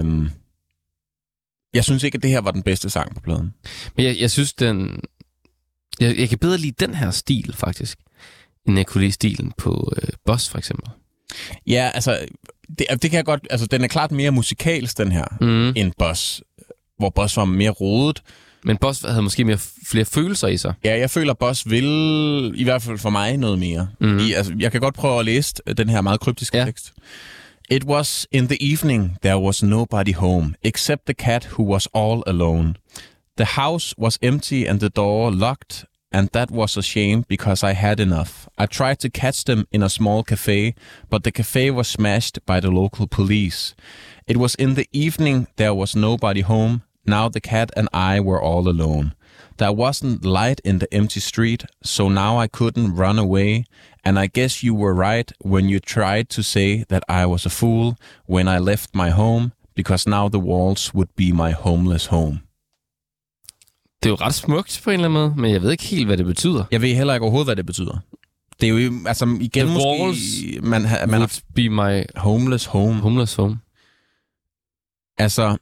Jeg synes ikke, at det her var den bedste sang på pladen. Men jeg synes, jeg kan bedre lide den her stil, faktisk, end jeg kunne lide stilen på Boss, for eksempel. Ja, altså, det kan jeg godt... Altså, den er klart mere musikalsk, den her, end Boss. Hvor Boss var mere rodet. Men Boss havde måske flere følelser i sig. Ja, jeg føler, Boss vil, i hvert fald for mig, noget mere. Jeg kan godt prøve at læse den her meget kryptiske tekst. It was in the evening, there was nobody home, except the cat who was all alone. The house was empty and the door locked, and that was a shame because I had enough. I tried to catch them in a small cafe, but the cafe was smashed by the local police. It was in the evening, there was nobody home. Now the cat and I were all alone. There wasn't light in the empty street, so now I couldn't run away. And I guess you were right when you tried to say that I was a fool when I left my home, because now the walls would be my homeless home. Det er jo ret smukt på en eller anden måde, men jeg ved ikke helt, hvad det betyder. Jeg ved heller ikke overhovedet, hvad det betyder. Det er jo, altså igen The måske... walls Man would be my homeless home. homeless home. Altså...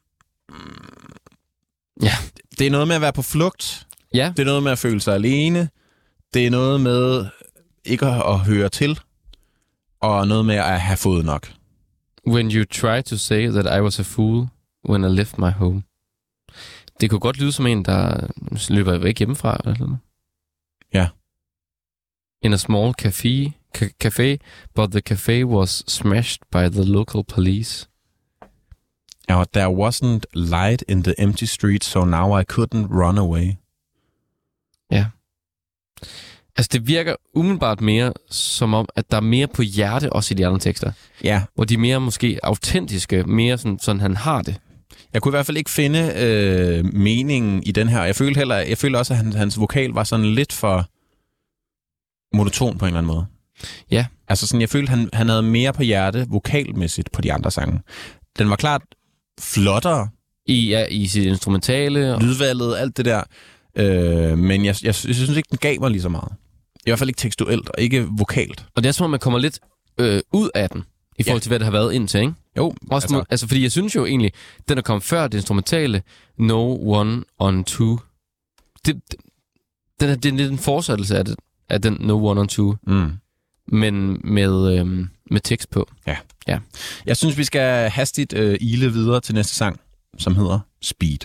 Ja. Det er noget med at være på flugt. Ja. Det er noget med at føle sig alene. Det er noget med ikke at høre til. Og noget med at have fået nok. When you try to say that I was a fool when I left my home. Det kunne godt lyde som en, der løber væk hjemmefra. Eller noget. Ja. In a small cafe, but the cafe was smashed by the local police. And there wasn't light in the empty street, so now I couldn't run away. Ja. Altså, det virker umiddelbart mere som om, at der er mere på hjerte også i de andre tekster. Ja. Hvor de er mere måske autentiske, mere sådan han har det. Jeg kunne i hvert fald ikke finde meningen i den her. Jeg følte også, at hans vokal var sådan lidt for monoton på en eller anden måde. Ja. Altså sådan, jeg følte, han havde mere på hjerte vokalmæssigt på de andre sange. Den var klart flottere. I sit instrumentale. Lydvalget, alt det der. Men jeg synes ikke, den gav mig lige så meget. I hvert fald ikke tekstuelt og ikke vokalt. Og det er som om, man kommer lidt ud af den, i forhold til, hvad det har været indtil, ikke? Jo. Også altså, fordi jeg synes jo egentlig, den er kommet før det instrumentale No One on Two. Det er lidt en fortsættelse af den No One on Two. Men med tekst på. Ja. Jeg synes, vi skal hastigt ile videre til næste sang, som hedder Speed.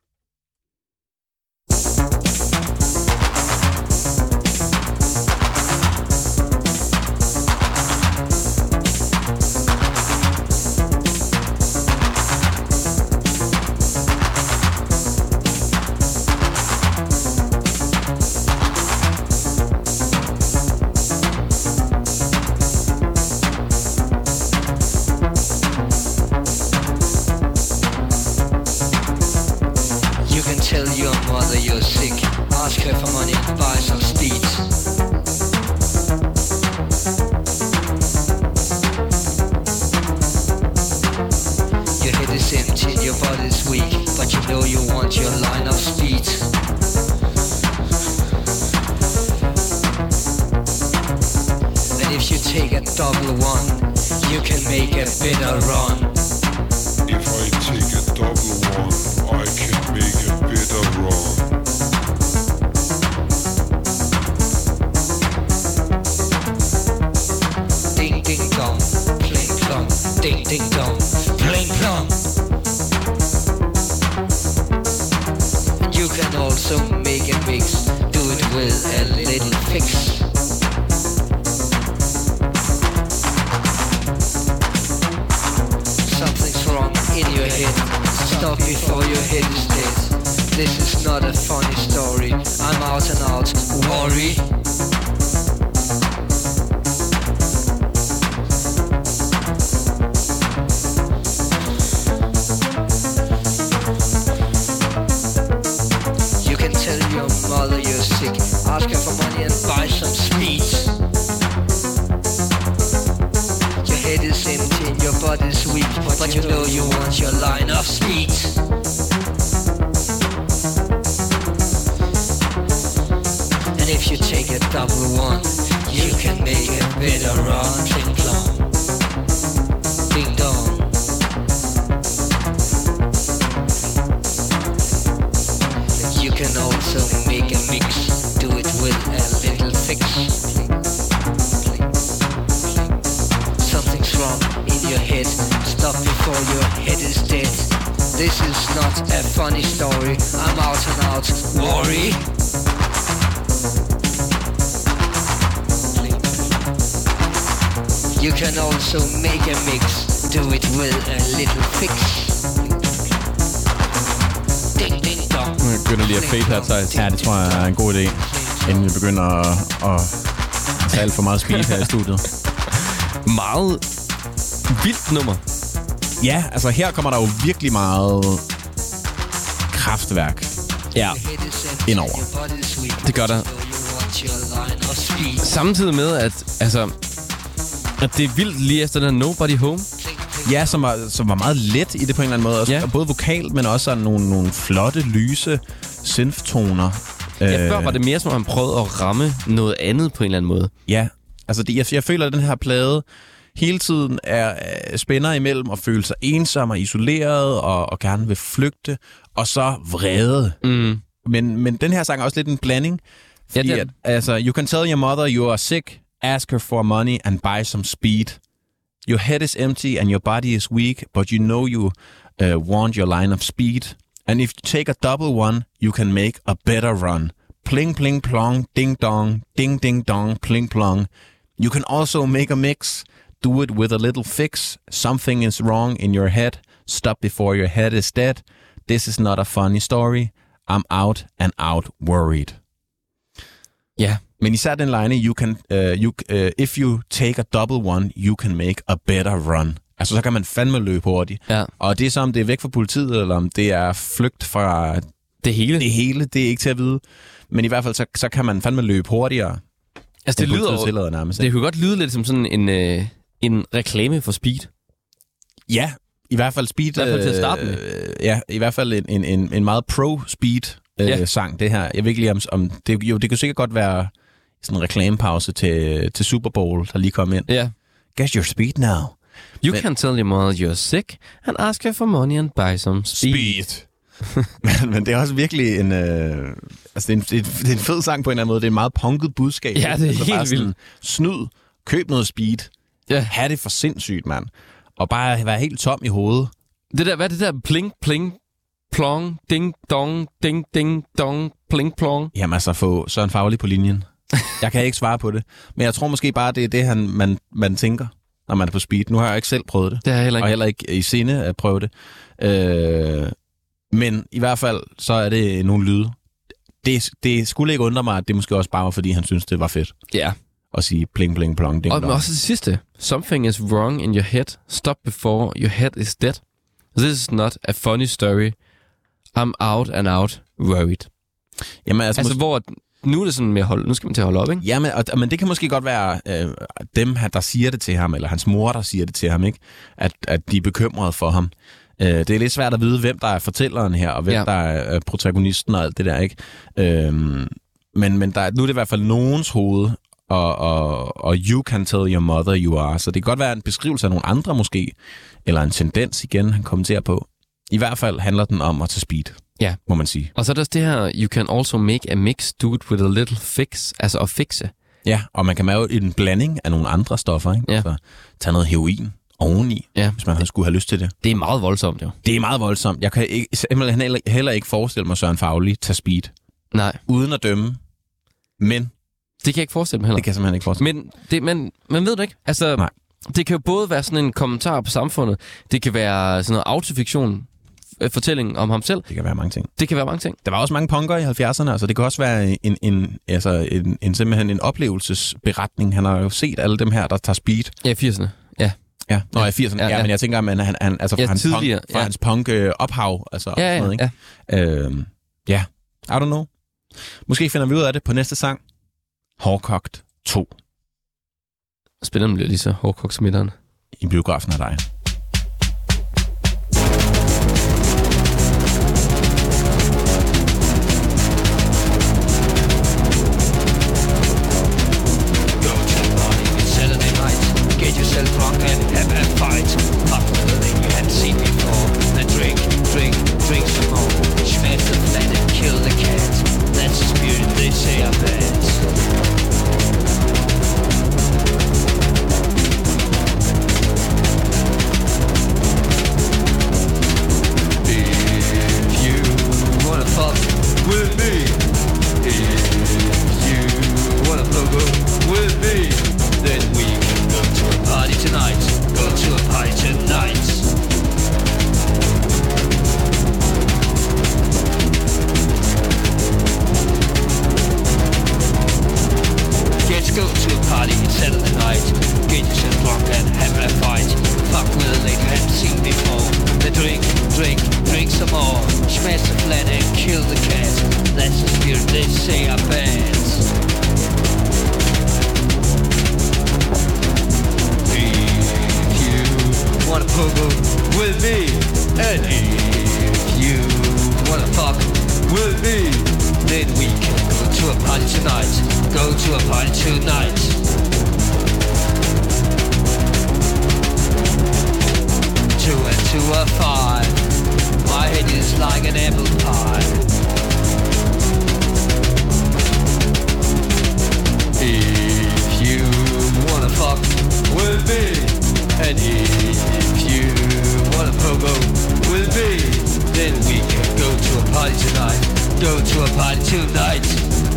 Ja, det tror jeg er en god idé, inden vi begynder at tage alt for meget speed her i studiet. Meget vildt nummer. Ja, altså her kommer der jo virkelig meget kraftværk indover. Det gør der. Samtidig med, at det er vildt lige efter den Nobody Home. Ja, som var meget let i det på en eller anden måde. Også, både vokalt, men også nogle flotte, lyse synth-toner. Ja, før var det mere som, at han prøvede at ramme noget andet på en eller anden måde. Ja, altså jeg føler, at den her plade hele tiden spænder imellem at føle sig ensom og isoleret og gerne vil flygte, og så vrede. Mm. Men den her sang er også lidt en blanding. Fordi you can tell your mother you are sick, ask her for money and buy some speed. Your head is empty and your body is weak, but you know you want your line of speed. And if you take a double one, you can make a better run. Pling, pling, plong, ding, dong, ding, ding, dong, pling, plong. You can also make a mix. Do it with a little fix. Something is wrong in your head. Stop before your head is dead. This is not a funny story. I'm out and out worried. Ja. Men især den line, if you take a double one, you can make a better run. Altså, så kan man fandme løbe hurtigt. Ja. Og det er så, om det er væk fra politiet, eller om det er flygt fra det hele. Det er ikke til at vide. Men i hvert fald, så kan man fandme løbe hurtigere. Altså, det lyder nærmest. Det kunne godt lyde lidt som sådan en reklame for speed. Ja, i hvert fald speed. I hvert fald til at starte med. Ja, i hvert fald en meget pro-speed sang, det her. Jeg ved ikke lige om det, jo, det kunne sikkert godt være sådan en reklamepause til Super Bowl, der lige kom ind. Ja. Get your speed now. You can tell your mother you're sick and ask her for money and buy some speed. men det er også virkelig en... det er en fed sang på en eller anden måde. Det er en meget punket budskab. Ja, det er helt vildt. Snyd, køb noget speed. Ja. Ha' det for sindssygt, mand. Og bare være helt tom i hovedet. Hvad er det der pling, pling, plong, ding, dong, ding, ding, dong, pling, plong? Jamen altså, få Søren Fagli på linjen. Jeg kan ikke svare på det. Men jeg tror måske bare, det er det, man tænker, når man er på speed. Nu har jeg ikke selv prøvet det. Det har jeg heller ikke. Og heller ikke i sinde at prøve det. Men i hvert fald, så er det nogle lyde. Det skulle ikke undre mig, at det måske også bare var, fordi han synes det var fedt. Ja. At sige pling, pling, plong, ding, og dong. også det sidste. Something is wrong in your head. Stop before your head is dead. This is not a funny story. I'm out and out worried. Jamen, altså hvor nu er det sådan med nu skal man til at holde op, ikke? Jamen, men det kan måske godt være dem, der siger det til ham, eller hans mor, der siger det til ham, ikke? At de er bekymrede for ham. Det er lidt svært at vide, hvem der er fortælleren her, og hvem der er protagonisten og alt det der, ikke? Men nu er det i hvert fald nogens hoved, og you can tell your mother you are. Så det kan godt være en beskrivelse af nogle andre måske, eller en tendens igen, han kommenterer på. I hvert fald handler den om at tage speed, må man sige. Og så er der det her, you can also make a mix, do it with a little fix, altså at fixe. Ja, og man kan lave en blanding af nogle andre stoffer, ikke? Ja. Så tage noget heroin oveni, hvis man skulle have lyst til det. Det er meget voldsomt, jo. Det er meget voldsomt. Jeg kan simpelthen heller ikke forestille mig Søren Fagli tage speed. Nej. Uden at dømme. Men det kan jeg ikke forestille mig heller. Det kan jeg simpelthen ikke forestille mig. Men man ved det ikke. Altså, nej. Det kan jo både være sådan en kommentar på samfundet. Det kan være sådan noget autofiktion, fortælling om ham selv. Det kan være mange ting. Der var også mange punker i 70'erne, altså det kan også være simpelthen en oplevelsesberetning. Han har jo set alle dem her, der tager speed. Ja, 80'erne. Ja. Ja, i 80'erne. Ja, men jeg tænker, at han altså fra hans punk ophav, altså sådan noget, ikke? Ja, I don't know. Måske finder vi ud af det på næste sang. Hårdkogt 2. Spændende bliver lige så hårdkogt som midterne. I biografen af dig. Drunk and have a fight. Fuck with the thing you hadn't seen before. Then drink some more. Smash the flat and kill the cat. That's the spirit they say are bad. If you wanna fuck with me, if you wanna fuck with me, then we can go to a party tonight. Go to a party tonight. Let's go to a party, it's Saturday night. Get yourself drunk and have a fight. Fuck with a lady you haven't seen before. Then drink some more. Smash the flat and kill the cat. That's the spirit they say are bad. Wanna pogo with me, and if you wanna fuck with me, then we can go to a party tonight. Go to a party tonight. to a 5. My head is like an apple pie. If you wanna fuck with me, and if you wanna pogo with me, then we can go to a party tonight. Go to a party tonight.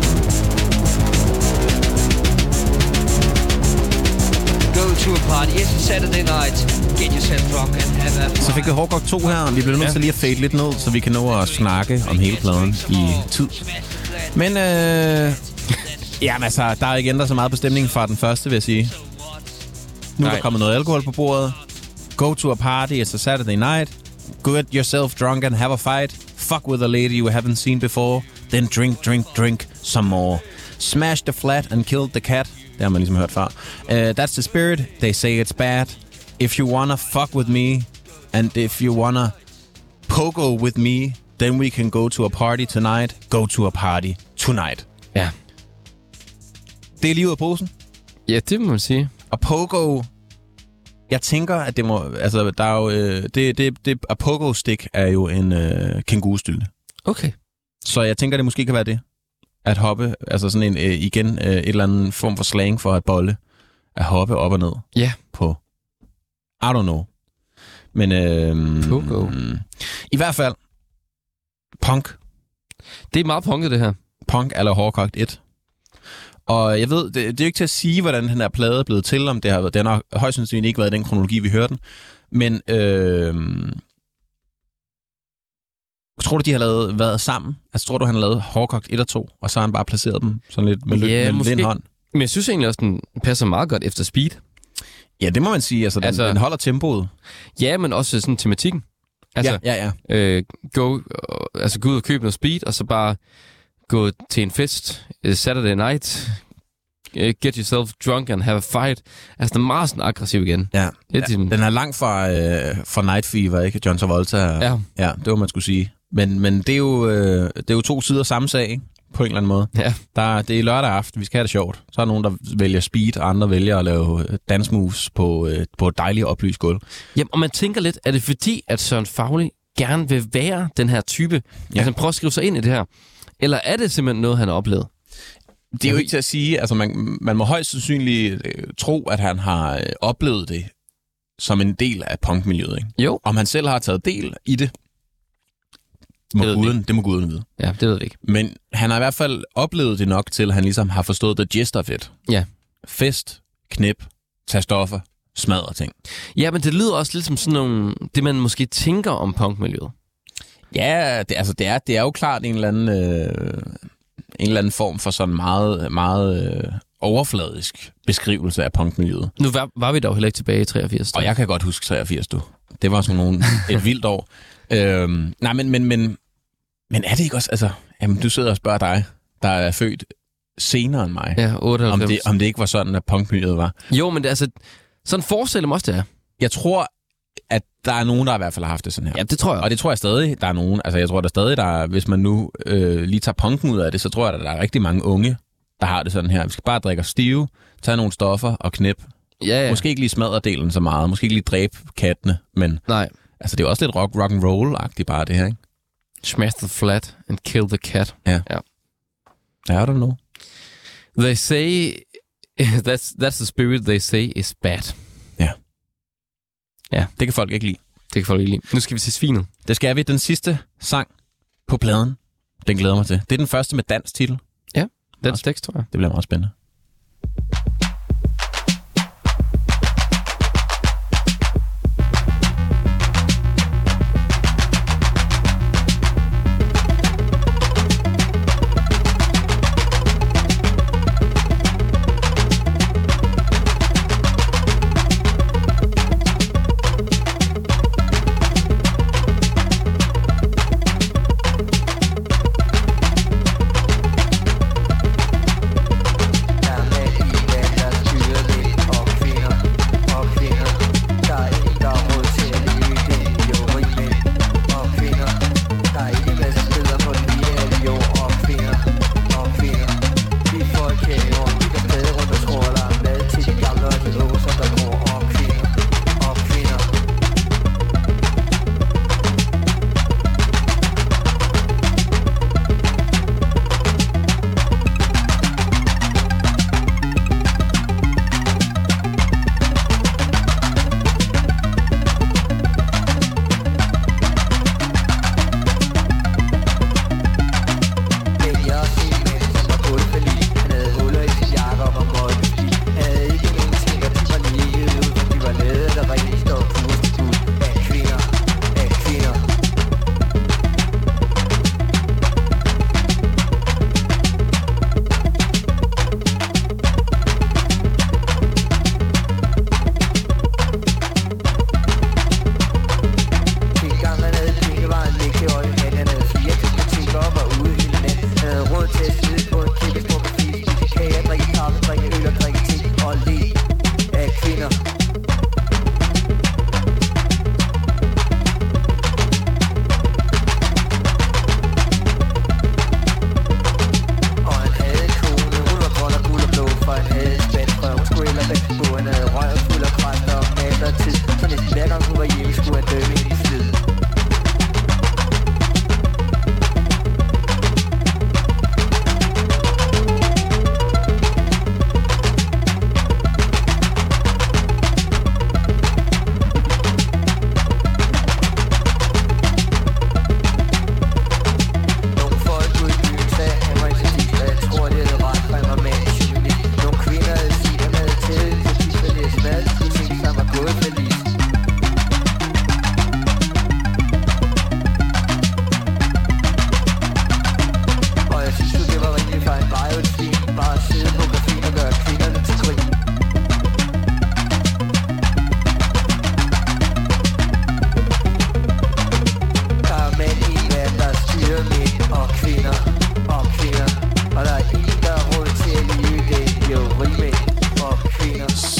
Go to a party, it's a Saturday night. Get yourself drunk and have a fun. Så fik vi Hårdkogt 2 her. Vi bliver nødt til lige at fade lidt ned, så vi kan nå at snakke om hele pladen i tid. Men jamen altså, der er ikke ændret så meget på stemningen fra den første, vil jeg sige. Nu er der kommet noget alkohol på bordet. Go to a party, it's a Saturday night. Get yourself drunk and have a fight. Fuck with a lady you haven't seen before. Then drink some more. Smash the flat and kill the cat. Det har man ligesom hørt før. That's the spirit. They say it's bad. If you wanna fuck with me, and if you wanna pogo with me, then we can go to a party tonight. Go to a party tonight. Ja. Det er lige ud af posen. Ja, det må man sige. Og pogo... Jeg tænker, at det må... Altså, der er jo... A pogo-stik er jo en kængurustylte. Okay. Så jeg tænker, det måske kan være det. At hoppe, altså sådan en, igen, et eller andet form for slang for at bolle. At hoppe op og ned. Ja. På... I don't know. Men... Pogo. I hvert fald... Punk. Det er meget punket, det her. Punk eller Hårdkogt 1. Og jeg ved, det er jo ikke til at sige, hvordan den her plade er blevet til, om det har været, den har højst sandsynligt ikke været i den kronologi, vi hørte den. Men tror du, de har været sammen? Altså tror du, han har lavet Hårdkogt 1 og 2, og så har han bare placeret dem sådan lidt med lidt hånd? Men jeg synes egentlig også, den passer meget godt efter Speed. Ja, det må man sige. Altså, den holder tempoet. Ja, men også sådan tematikken. Altså, gå ud og købe noget Speed, og så bare gå til en fest, Saturday night, get yourself drunk and have a fight. Altså, den er meget sådan aggressiv igen. Ja, den er langt fra Night Fever, ikke? John Travolta. Ja, det var man skulle sige. Men det er jo to sider samme sag, ikke? På en eller anden måde. Ja. Det er lørdag aften, vi skal have det sjovt. Så er der nogen, der vælger Speed, og andre vælger at lave dance moves på et dejligt oplyst gulv. Jamen, og man tænker lidt, er det fordi, at Søren Fauli gerne vil være den her type? Ja. Altså, han prøver at skrive sig ind i det her. Eller er det simpelthen noget, han har oplevet? Det er jo ikke til at sige. Altså, man må højst sandsynligt tro, at han har oplevet det som en del af punkmiljøet, ikke? Jo. Om han selv har taget del i det, det må guden vide. Ja, det ved vi ikke. Men han har i hvert fald oplevet det nok til, at han ligesom har forstået the gist of it. Ja. Fest, knip, tage stoffer, smadre ting. Ja, men det lyder også lidt som sådan nogle, det man måske tænker om punkmiljøet. Ja, det er jo klart en eller anden form for sådan meget, meget overfladisk beskrivelse af punkmiljøet. Nu var vi dog heller ikke tilbage i 83. Og jeg kan godt huske 83, du. Det var sådan et vildt år. Nej, men er det ikke også... Altså, jamen, du sidder og spørger dig, der er født senere end mig. Ja, 98. Om det ikke var sådan, at punkmiljøet var. Jo, men det, altså, sådan forestiller mig også, det er. Jeg tror, at der er nogen, der i hvert fald har haft det sådan her. Ja, det tror jeg. Og det tror jeg stadig, der er nogen. Altså, jeg tror der stadig, der hvis man nu lige tager punken ud af det, så tror jeg, at der er rigtig mange unge, der har det sådan her. Vi skal bare drikke os stive, tage nogle stoffer og knip. Ja. Måske ikke lige smadre delen så meget. Måske ikke lige dræbe kattene, men... Nej. Altså, det er også lidt rock and roll-agtigt bare det her, ikke? Smash the flat and kill the cat. Ja. I don't know. They say... That's the spirit they say is bad. Ja, det kan folk ikke lide. Nu skal vi se Svinet. Det skal vi. Den sidste sang på pladen, den glæder mig til. Det er den første med dansk titel. Ja, dansk tekst, tror jeg. Det bliver meget spændende.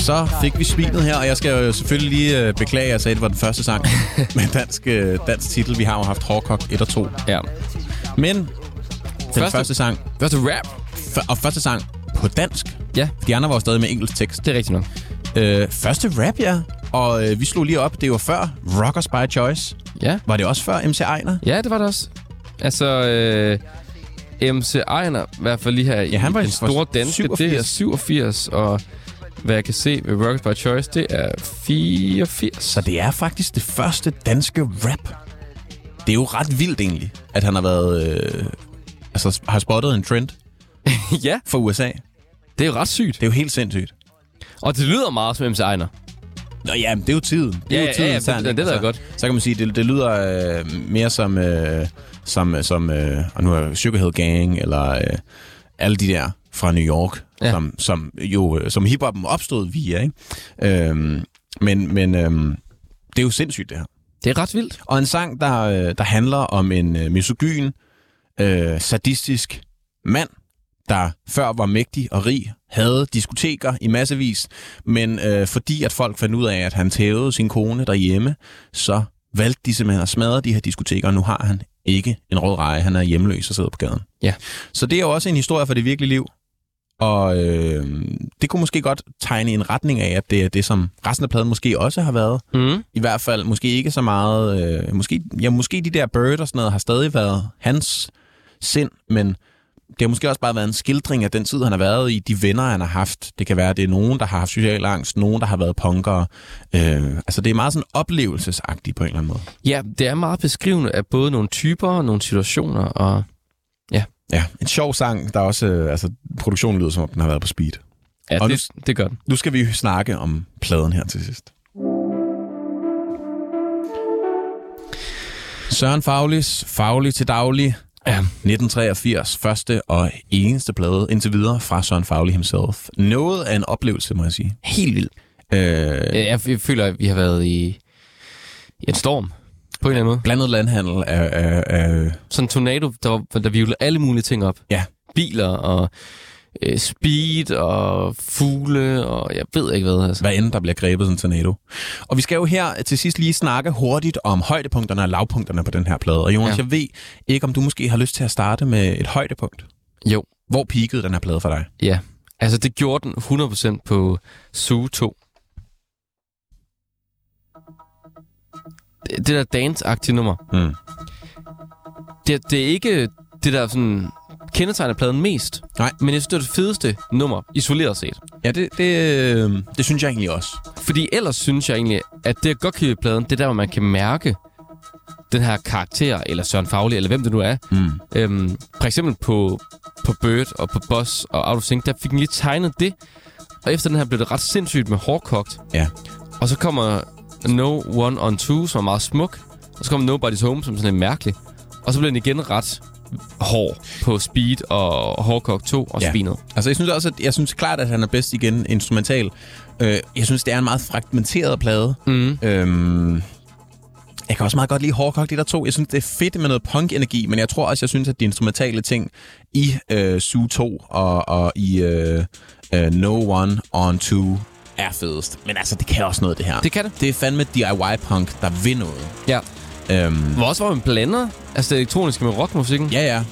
Så fik vi svinet her, og jeg skal jo selvfølgelig lige beklage, at jeg sagde, at det var den første sang med dansk titel. Vi har jo haft Hårdkogt 1 og 2. Ja. Men den første sang... Første rap. Og første sang på dansk. Ja. De andre var jo stadig med engelsk tekst. Det er rigtigt nok. Første rap, ja. Og vi slog lige op. Det var før Rockers by Choice. Ja. Var det også før MC Einar? Ja, det var det også. Altså, MC Einar, i hvert fald lige her i han var den store danske, 87. det er 87, og hvad jeg kan se ved Rockers by Choice, det er 84. Så det er faktisk det første danske rap. Det er jo ret vildt egentlig, at han har været... har spottet en trend Ja, for USA. det er jo ret sygt. Det er jo helt sindssygt. Og det lyder meget som MC Einar. Nå ja, men det er jo tiden. Det er jo tiden, det ved jeg godt. Så kan man sige, det lyder mere som og nu er Sugarhill Gang, eller alle de der fra New York, Ja. som hiphoppen opstod via, ikke? Men det er jo sindssygt, det her. Det er ret vildt. Og en sang, der handler om en misogyn, sadistisk mand, der før var mægtig og rig, havde diskoteker i massevis, men fordi at folk fandt ud af, at han tævede sin kone derhjemme, så valgte de simpelthen at smadre de her diskoteker, og nu har han ikke en rød reje. Han er hjemløs og sidder på gaden. Ja. Så det er jo også en historie fra det virkelige liv, og det kunne måske godt tegne i en retning af, at det er det, som resten af pladen måske også har været. Mm. I hvert fald måske ikke så meget... måske de der Bird og sådan noget har stadig været hans sind, men det har måske også bare været en skildring af den tid, han har været i, de venner, han har haft. Det kan være, at det er nogen, der har haft social angst, nogen, der har været punkere. Altså, det er meget sådan oplevelsesagtigt på en eller anden måde. Ja, det er meget beskrivende af både nogle typer og nogle situationer, og ja. Ja, en sjov sang, der også... produktionen lyder, som om den har været på speed. Ja, Og det gør den. Nu skal vi snakke om pladen her til sidst. Søren Faulis Faglig til daglig. Ja. 1983, første og eneste plade indtil videre fra Søren Fagli himself. Noget af en oplevelse, må jeg sige. Helt vildt. Jeg føler, at vi har været i en storm, på en eller anden måde. Blandet landhandel af Sådan en tornado, der virvler alle mulige ting op. ja. Biler og speed og fugle og jeg ved ikke hvad. Altså. Hvad end der bliver grebet sådan en tornado. Og vi skal jo her til sidst lige snakke hurtigt om højdepunkterne og lavpunkterne på den her plade. Og Jonas, jeg ved ikke, om du måske har lyst til at starte med et højdepunkt. Jo. Hvor peakede den her plade for dig? Ja, altså det gjorde den 100% på Zoo 2. Det der dance-agtige nummer. Mm. Det er ikke det der sådan kendetegner pladen mest. Nej. Men jeg synes, det er det fedeste nummer, isoleret set. Ja, det synes jeg egentlig også. Fordi ellers synes jeg egentlig, at det jeg godt kan lide i pladen, det er der, hvor man kan mærke den her karakter, eller Søren Fagli, eller hvem det nu er. For eksempel på Bird og på Boss og Out of Sync, der fik den lige tegnet det. Og efter den her blev det ret sindssygt med Hårdkogt. Ja. Og så kommer No One on Two, som er meget smuk. Og så kommer Nobody's Home, som er sådan lidt mærkelig. Og så bliver den igen ret hård på Speed og Hårdkogt 2 og Spinet. Altså jeg synes klart, at han er bedst igen instrumental. Jeg synes, det er en meget fragmenteret plade. Jeg kan også meget godt lide Hårdkogt 1 og 2. Jeg synes, det er fedt med noget punk-energi, men jeg tror også, jeg synes, at de instrumentale ting i Zoo 2 og i No One on 2 er fedest. Men altså, det kan også noget, det her. Det kan det. Det er fandme DIY-punk, der vil noget. Ja. Hvor også var man blander altså det elektroniske med rockmusikken. Ja.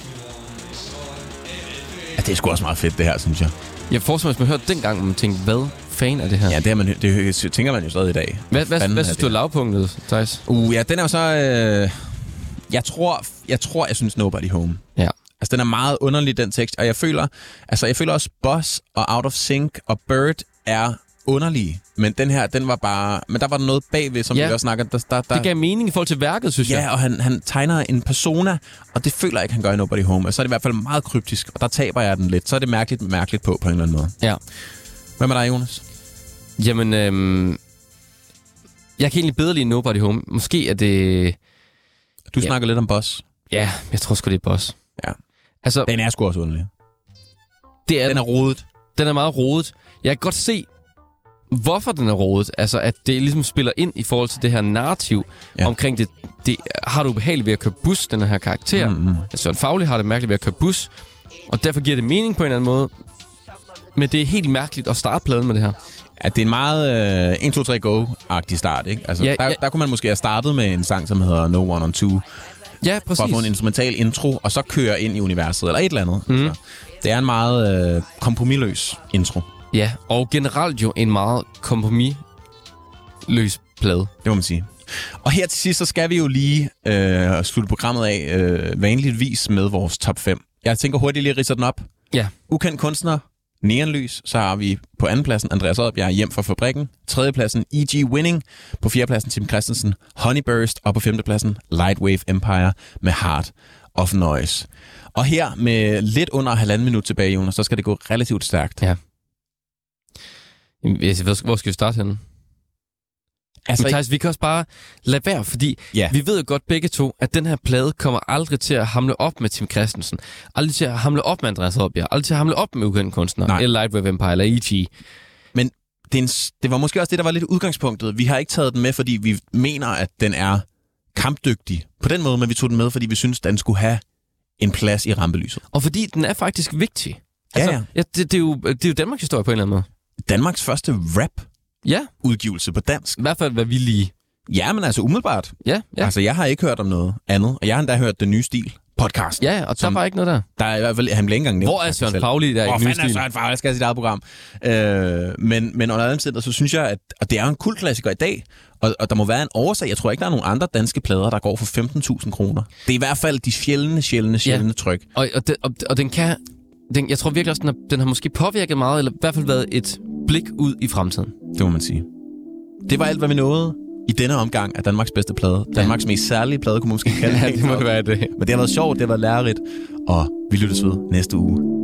Ja, det er sgu også meget fedt, det her, synes jeg. Jeg forestiller mig, hvis man hørte dengang, man tænkte, hvad fan er det her? Ja, det tænker man jo stadig i dag. Hvad synes du er lavpunktet, Thijs? Ja, den er jo så... Jeg synes Nobody Home. Ja. Altså, den er meget underlig, den tekst. Og jeg føler også Boss og Out of Sync og Bird er underlige. Men den her, den var bare... Men der var noget bagved, som vi også snakker. Det gav mening i forhold til værket, synes jeg. Ja, og han tegner en persona, og det føler jeg ikke, han gør i Nobody Home. Og så er det i hvert fald meget kryptisk, og der taber jeg den lidt. Så er det mærkeligt på en eller anden måde. Ja. Hvad med dig, Jonas? Jamen, jeg kan egentlig bedre lide Nobody Home. Måske er det... Du snakker lidt om Boss. Ja, jeg tror sgu, det er Boss. Ja. Altså, den er sgu også underlig. Den er rodet. Den er meget rodet. Jeg kan godt se, hvorfor den er rodet. Altså, at det ligesom spiller ind i forhold til det her narrativ omkring det har du ubehageligt ved at køre bus, den her karakter. Søren Fagli har det mærkeligt ved at køre bus, og derfor giver det mening på en eller anden måde. Men det er helt mærkeligt at starte pladen med det her. at det er en meget 1, 2, 3, go-agtig start, ikke? Altså, der kunne man måske have startet med en sang, som hedder No One on Two. Ja, præcis. For at få en instrumental intro, og så køre ind i universet, eller et eller andet. Altså, det er en meget kompromisløs intro. Ja, og generelt jo en meget kompromisløs plade. Det må man sige. Og her til sidst, så skal vi jo lige slutte programmet af vanligvis med vores top 5. Jeg tænker hurtigt lige at ridse den op. Ja. Ukendt kunstner, Neonlys. Så har vi på andenpladsen Andreas Odbjerg, Hjem fra fabrikken. Tredjepladsen E.G. Winning. På fjerdepladsen Tim Christensen, Honeyburst. Og på femtepladsen Lightwave Empire med Heart of Noise. Og her med lidt under 1,5 minut tilbage, Jonas, så skal det gå relativt stærkt. Ja. Hvor skal vi starte henne? Altså, Thijs, vi kan også bare lade være, fordi vi ved jo godt begge to, at den her plade kommer aldrig til at hamle op med Tim Christensen. Aldrig til at hamle op med Andreas Odbjerg. Aldrig til at hamle op med ukendte kunstnere. Eller Lightwave Empire, eller E.G. Men det var måske også det, der var lidt udgangspunktet. Vi har ikke taget den med, fordi vi mener, at den er kampdygtig. På den måde, men vi tog den med, fordi vi synes, at den skulle have en plads i rampelyset. Og fordi den er faktisk vigtig. Altså, det er jo Danmarks historie på en eller anden måde. Danmarks første rap-udgivelse på dansk. I hvert fald, hvad vi lige... Ja, men altså umiddelbart. Ja. Altså, jeg har ikke hørt om noget andet, og jeg har endda hørt Den Nye Stil podcast. Ja, og der var ikke noget der. Der er i hvert fald, han blev ikke engang nævnt. Hvor er Søren Fagli der i Den Nye Stil? Hvor fanden er Søren Fagli? Jeg skal have sit eget program. Men under andet så synes jeg, at det er en kultklassiker i dag, og der må være en årsag. Jeg tror ikke, der er nogen andre danske plader, der går for 15.000 kroner. Det er i hvert fald de sjældne tryk. Og den kan... Jeg tror virkelig også, den har måske påvirket meget, eller i hvert fald været et blik ud i fremtiden. Det må man sige. Det var alt, hvad vi nåede i denne omgang af Danmarks bedste plade. Danmarks mest særlige plade, kunne man måske kalde det. Ja, det må det være det. Men det har været sjovt, det har været lærerigt, og vi lyttes ved næste uge.